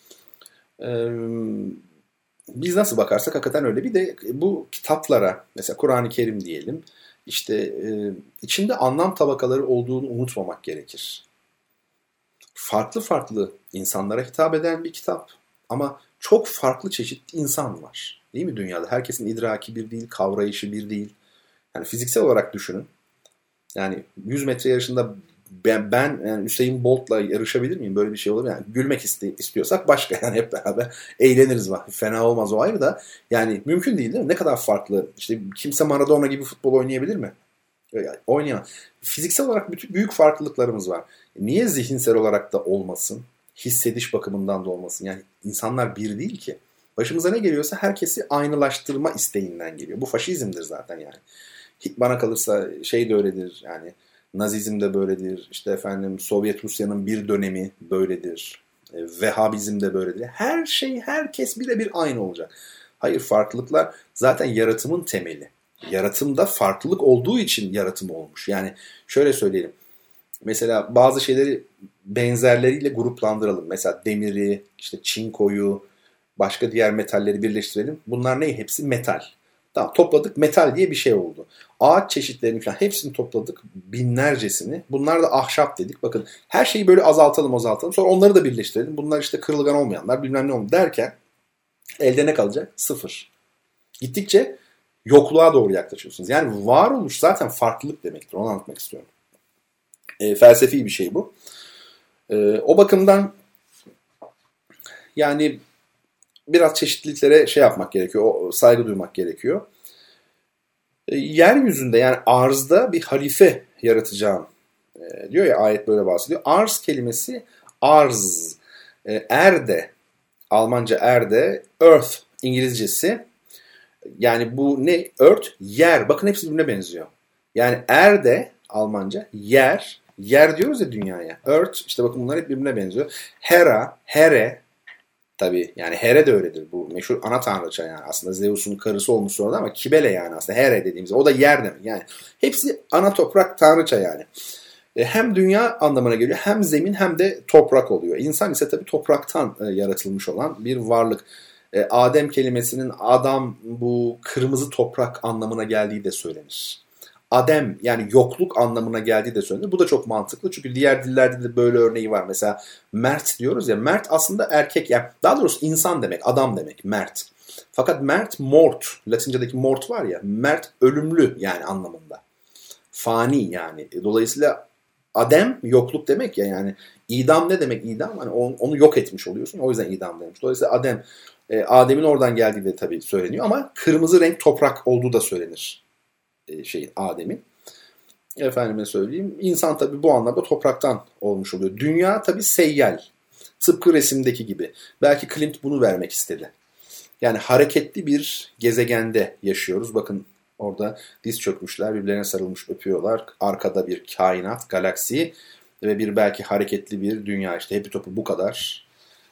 Speaker 2: Biz nasıl bakarsak hakikaten öyle. Bir de bu kitaplara, mesela Kur'an-ı Kerim diyelim, İşte e, içinde anlam tabakaları olduğunu unutmamak gerekir. Farklı farklı insanlara hitap eden bir kitap ama çok farklı çeşitli insan var. Değil mi dünyada? Herkesin idraki bir değil, kavrayışı bir değil. Yani fiziksel olarak düşünün. Yani yüz metre yarışında ben, ben yani Usain Bolt'la yarışabilir miyim? Böyle bir şey olur mu? Yani gülmek iste, istiyorsak başka, yani hep beraber eğleniriz. Var. Fena olmaz o ayrı da. Yani mümkün değil değil mi? Ne kadar farklı. İşte kimse Maradona gibi futbol oynayabilir mi? Oynayamaz. Fiziksel olarak bütün büyük farklılıklarımız var. Niye zihinsel olarak da olmasın? Hissediş bakımından da olmasın. Yani insanlar bir değil ki. Başımıza ne geliyorsa herkesi aynılaştırma isteğinden geliyor. Bu faşizmdir zaten yani. Bana kalırsa şey de öyledir yani. Nazizm de böyledir. İşte efendim Sovyet Rusya'nın bir dönemi böyledir. E, Vehhabizm de böyledir. Her şey, herkes birebir aynı olacak. Hayır, farklılıklar zaten yaratımın temeli. Yaratımda farklılık olduğu için yaratım olmuş. Yani şöyle söyleyelim. Mesela bazı şeyleri benzerleriyle gruplandıralım. Mesela demiri, işte çinkoyu, başka diğer metalleri birleştirelim. Bunlar ne? Hepsi metal. Tamam, topladık, metal diye bir şey oldu. Ağaç çeşitlerini falan hepsini topladık, binlercesini. Bunlar da ahşap dedik. Bakın her şeyi böyle azaltalım azaltalım. Sonra onları da birleştirelim. Bunlar işte kırılgan olmayanlar, bilmem ne olmayan derken elde ne kalacak? Sıfır. Gittikçe yokluğa doğru yaklaşıyorsunuz. Yani varoluş zaten farklılık demektir. Onu anlatmak istiyorum. E, felsefi bir şey bu. E, o bakımdan yani biraz çeşitliliklere şey yapmak gerekiyor. O, saygı duymak gerekiyor. E, yeryüzünde yani arzda bir halife yaratacağım e, diyor ya, ayet böyle bahsediyor. Arz kelimesi arz. E, erde, Almanca erde, earth İngilizcesi. Yani bu ne? Earth, yer. Bakın hepsi birbirine benziyor. Yani erde Almanca yer. Yer diyoruz ya dünyaya. Earth, işte bakın bunlar hep birbirine benziyor. Hera, Here. Tabii yani Here de öyledir. Bu meşhur ana tanrıça yani. Aslında Zeus'un karısı olmuş sonra ama Kibele yani aslında Here dediğimiz. O da yer demek. Yani hepsi ana toprak tanrıça yani. E, hem dünya anlamına geliyor, hem zemin hem de toprak oluyor. İnsan ise tabii topraktan e, yaratılmış olan bir varlık. E, Adem kelimesinin Adam, bu kırmızı toprak anlamına geldiği de söylenir. Adem yani yokluk anlamına geldiği de söylenir. Bu da çok mantıklı çünkü diğer dillerde de böyle örneği var. Mesela mert diyoruz ya, mert aslında erkek, yani daha doğrusu insan demek, adam demek, mert. Fakat mert mort, Latincedeki mort var ya, mert ölümlü yani anlamında. Fani yani. Dolayısıyla Adem yokluk demek ya, yani idam ne demek idam? Hani onu yok etmiş oluyorsun, o yüzden idam demiş. Dolayısıyla Adem, Adem'in oradan geldiği de tabii söyleniyor ama kırmızı renk toprak olduğu da söylenir. Şeyin, Adem'in. Efendime söyleyeyim. İnsan tabii bu anlamda topraktan olmuş oluyor. Dünya tabii seyyal. Tıpkı resimdeki gibi. Belki Klimt bunu vermek istedi. Yani hareketli bir gezegende yaşıyoruz. Bakın orada diz çökmüşler, birbirlerine sarılmış öpüyorlar. Arkada bir kainat, galaksi ve bir belki hareketli bir dünya. İşte hepi topu bu kadar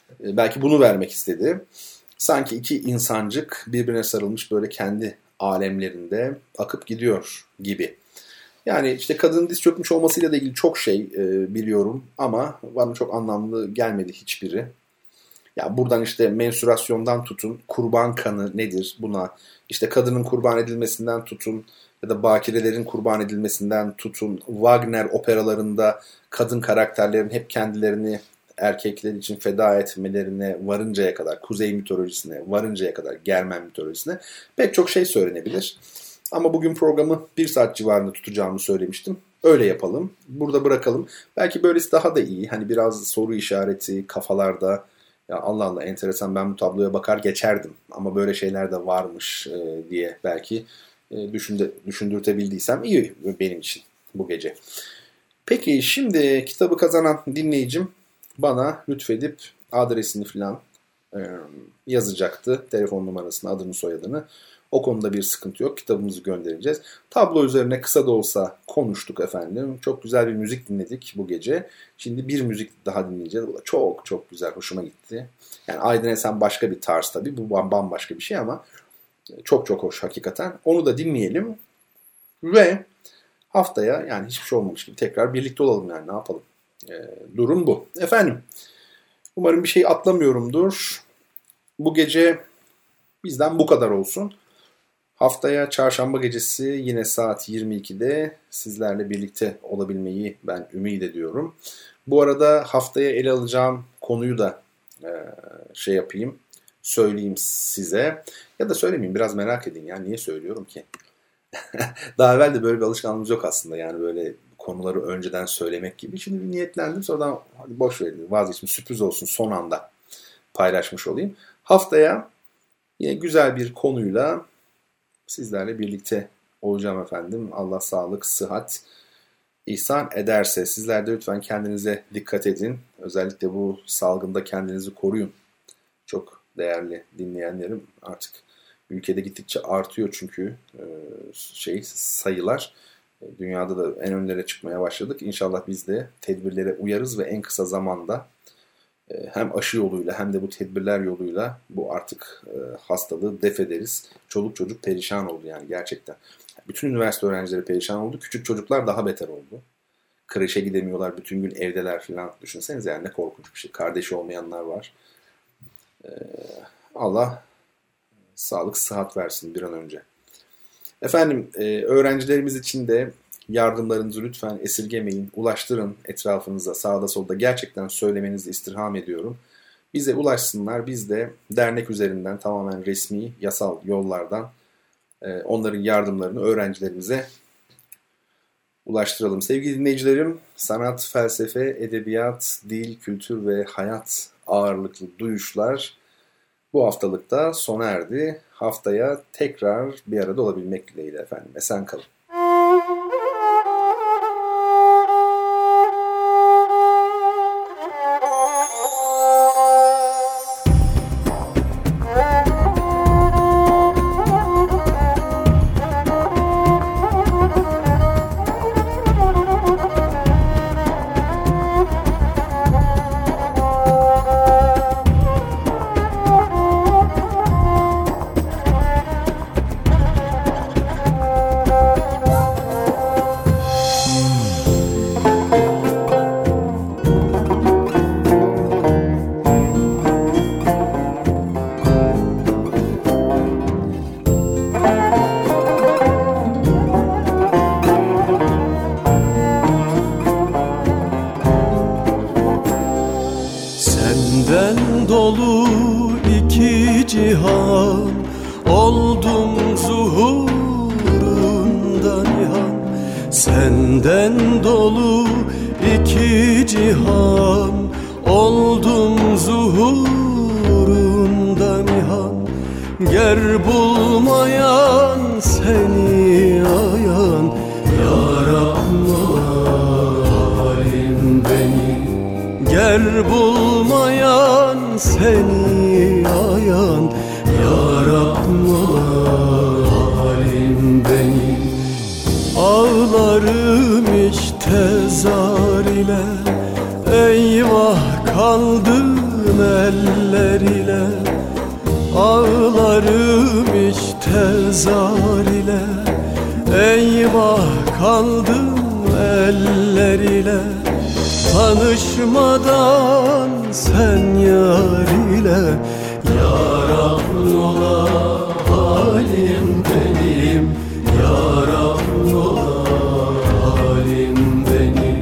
Speaker 2: E, belki bunu vermek istedi. Sanki iki insancık birbirine sarılmış böyle kendi alemlerinde akıp gidiyor gibi. Yani işte kadının diz çökmüş olmasıyla da ilgili çok şey e, biliyorum ama bana çok anlamlı gelmedi hiçbiri. Ya buradan işte menstruasyondan tutun, kurban kanı nedir buna, işte kadının kurban edilmesinden tutun ya da bakirelerin kurban edilmesinden tutun, Wagner operalarında kadın karakterlerin hep kendilerini erkekler için feda etmelerine varıncaya kadar, Kuzey mitolojisine varıncaya kadar, Germen mitolojisine pek çok şey söylenebilir. Ama bugün programı bir saat civarında tutacağımı söylemiştim. Öyle yapalım. Burada bırakalım. Belki böylesi daha da iyi. Hani biraz soru işareti kafalarda. Ya Allah Allah enteresan, ben bu tabloya bakar geçerdim. Ama böyle şeyler de varmış e, diye belki e, düşünde, düşündürtebildiysem iyi benim için bu gece. Peki şimdi kitabı kazanan dinleyicim bana lütfedip adresini falan e, yazacaktı. Telefon numarasını, adını, soyadını. O konuda bir sıkıntı yok. Kitabımızı göndereceğiz. Tablo üzerine kısa da olsa konuştuk efendim. Çok güzel bir müzik dinledik bu gece. Şimdi bir müzik daha dinleyeceğiz. Bu da çok çok güzel. Hoşuma gitti. Yani Aydın Esen başka bir tarz tabii. Bu bambaşka bir şey ama çok çok hoş hakikaten. Onu da dinleyelim. Ve haftaya yani hiçbir şey olmamış gibi tekrar birlikte olalım yani ne yapalım. Ee, durum bu. Efendim umarım bir şey atlamıyorumdur. Bu gece bizden bu kadar olsun. Haftaya çarşamba gecesi yine saat yirmi ikide sizlerle birlikte olabilmeyi ben ümit ediyorum. Bu arada haftaya ele alacağım konuyu da e, şey yapayım, söyleyeyim size. Ya da söylemeyeyim, biraz merak edin. Yani niye söylüyorum ki? Daha evvel de böyle bir alışkanlığımız yok aslında. Yani böyle konuları önceden söylemek gibi. Şimdi bir niyetlendim, sonradan hadi boş verin, vazgeçtim, sürpriz olsun, son anda paylaşmış olayım. Haftaya yine güzel bir konuyla sizlerle birlikte olacağım efendim. Allah sağlık, sıhhat ihsan ederse. Sizler de lütfen kendinize dikkat edin. Özellikle bu salgında kendinizi koruyun. Çok değerli dinleyenlerim, artık ülkede gittikçe artıyor çünkü şey sayılar. Dünyada da en önlere çıkmaya başladık. İnşallah biz de tedbirlere uyarız ve en kısa zamanda hem aşı yoluyla hem de bu tedbirler yoluyla bu artık hastalığı def ederiz. Çoluk çocuk perişan oldu yani gerçekten. Bütün üniversite öğrencileri perişan oldu. Küçük çocuklar daha beter oldu. Kreşe gidemiyorlar, bütün gün evdeler falan. Düşünsenize yani ne korkunç bir şey. Kardeşi olmayanlar var. Allah sağlık, sıhhat versin bir an önce. Efendim öğrencilerimiz için de yardımlarınızı lütfen esirgemeyin. Ulaştırın etrafınıza, sağda solda. Gerçekten söylemenizi istirham ediyorum. Bize ulaşsınlar. Biz de dernek üzerinden tamamen resmi, yasal yollardan onların yardımlarını öğrencilerimize ulaştıralım. Sevgili dinleyicilerim, sanat, felsefe, edebiyat, dil, kültür ve hayat ağırlıklı duyuşlar bu haftalıkta sona erdi. Haftaya tekrar bir arada olabilmek dileğiyle efendim. Esen kalın.
Speaker 3: Senden dolu iki cihan, oldum zuhurundan ihan. Ger bulmayan seni ayan, ya Rahman halim beni. Ger bulmayan seni ayan, ya Rahman halim beni. Ağlarım işte zar ile, eyvah kaldı eller ile, ağlarım işte zar ile. Eyvah kaldım eller ile, tanışmadan sen yar ile. Yaram ola halim benim, yaram ola halim benim.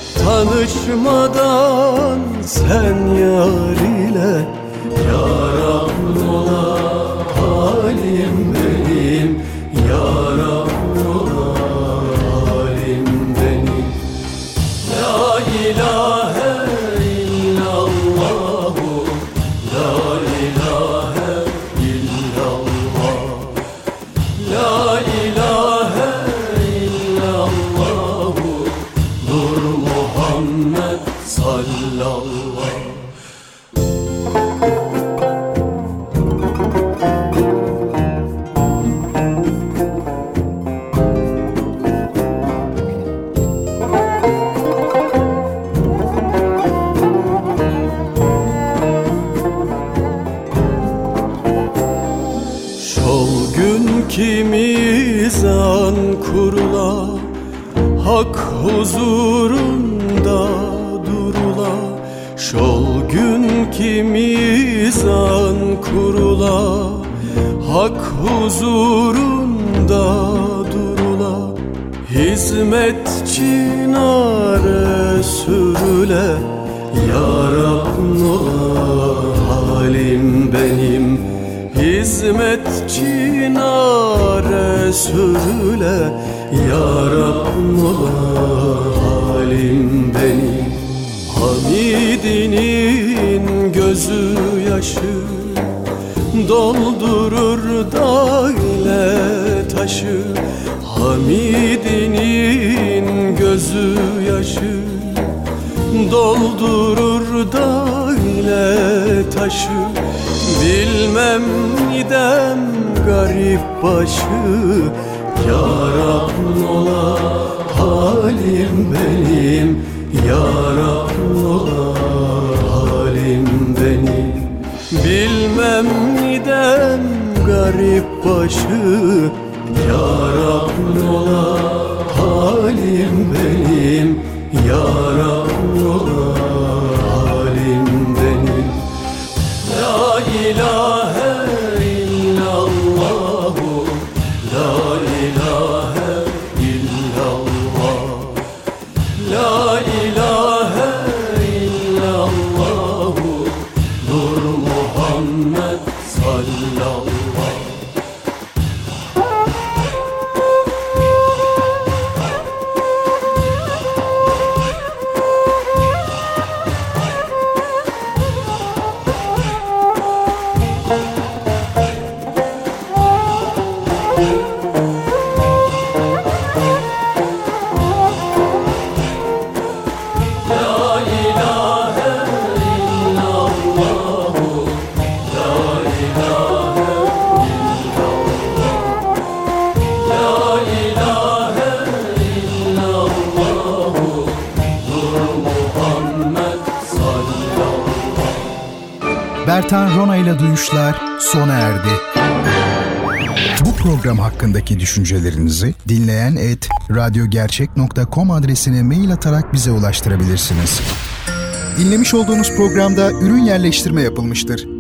Speaker 3: Tanışmadan sen yar ile, yaram ola halim benim, yaram ola halim benim. La ilahe illallahu, la ilahe illallah, la ilahe illallahu, Nur Muhammed sallallahu. Kimizan kurula, hak huzurunda durula. Şol gün kimizan kurula, hak huzurunda durula. Hizmetçi nare sürüle, ya Rabbim ola halim benim. Hizmetçi nare sürüle, ya Rabbim ola halim benim. Hamidinin gözü yaşı, doldurur dağ ile taşı. Hamidinin gözü yaşı, doldurur dağ ile taşı. Bilmem nidem garip başı, ya Rabbim ola halim benim, ya Rabbim ola halim benim. Bilmem nidem garip başı, ya Rabbim ola halim benim, ya Rabbim ola halim benim. La ilahe illallahu, la ilahe illallah, la ilahe illallahu, Nur Muhammed sallallahu.
Speaker 1: Bertan Rona ile Duyuşlar sona erdi. Bu program hakkındaki düşüncelerinizi dinleyen et radyogercek nokta com adresine mail atarak bize ulaştırabilirsiniz. Dinlemiş olduğunuz programda ürün yerleştirme yapılmıştır.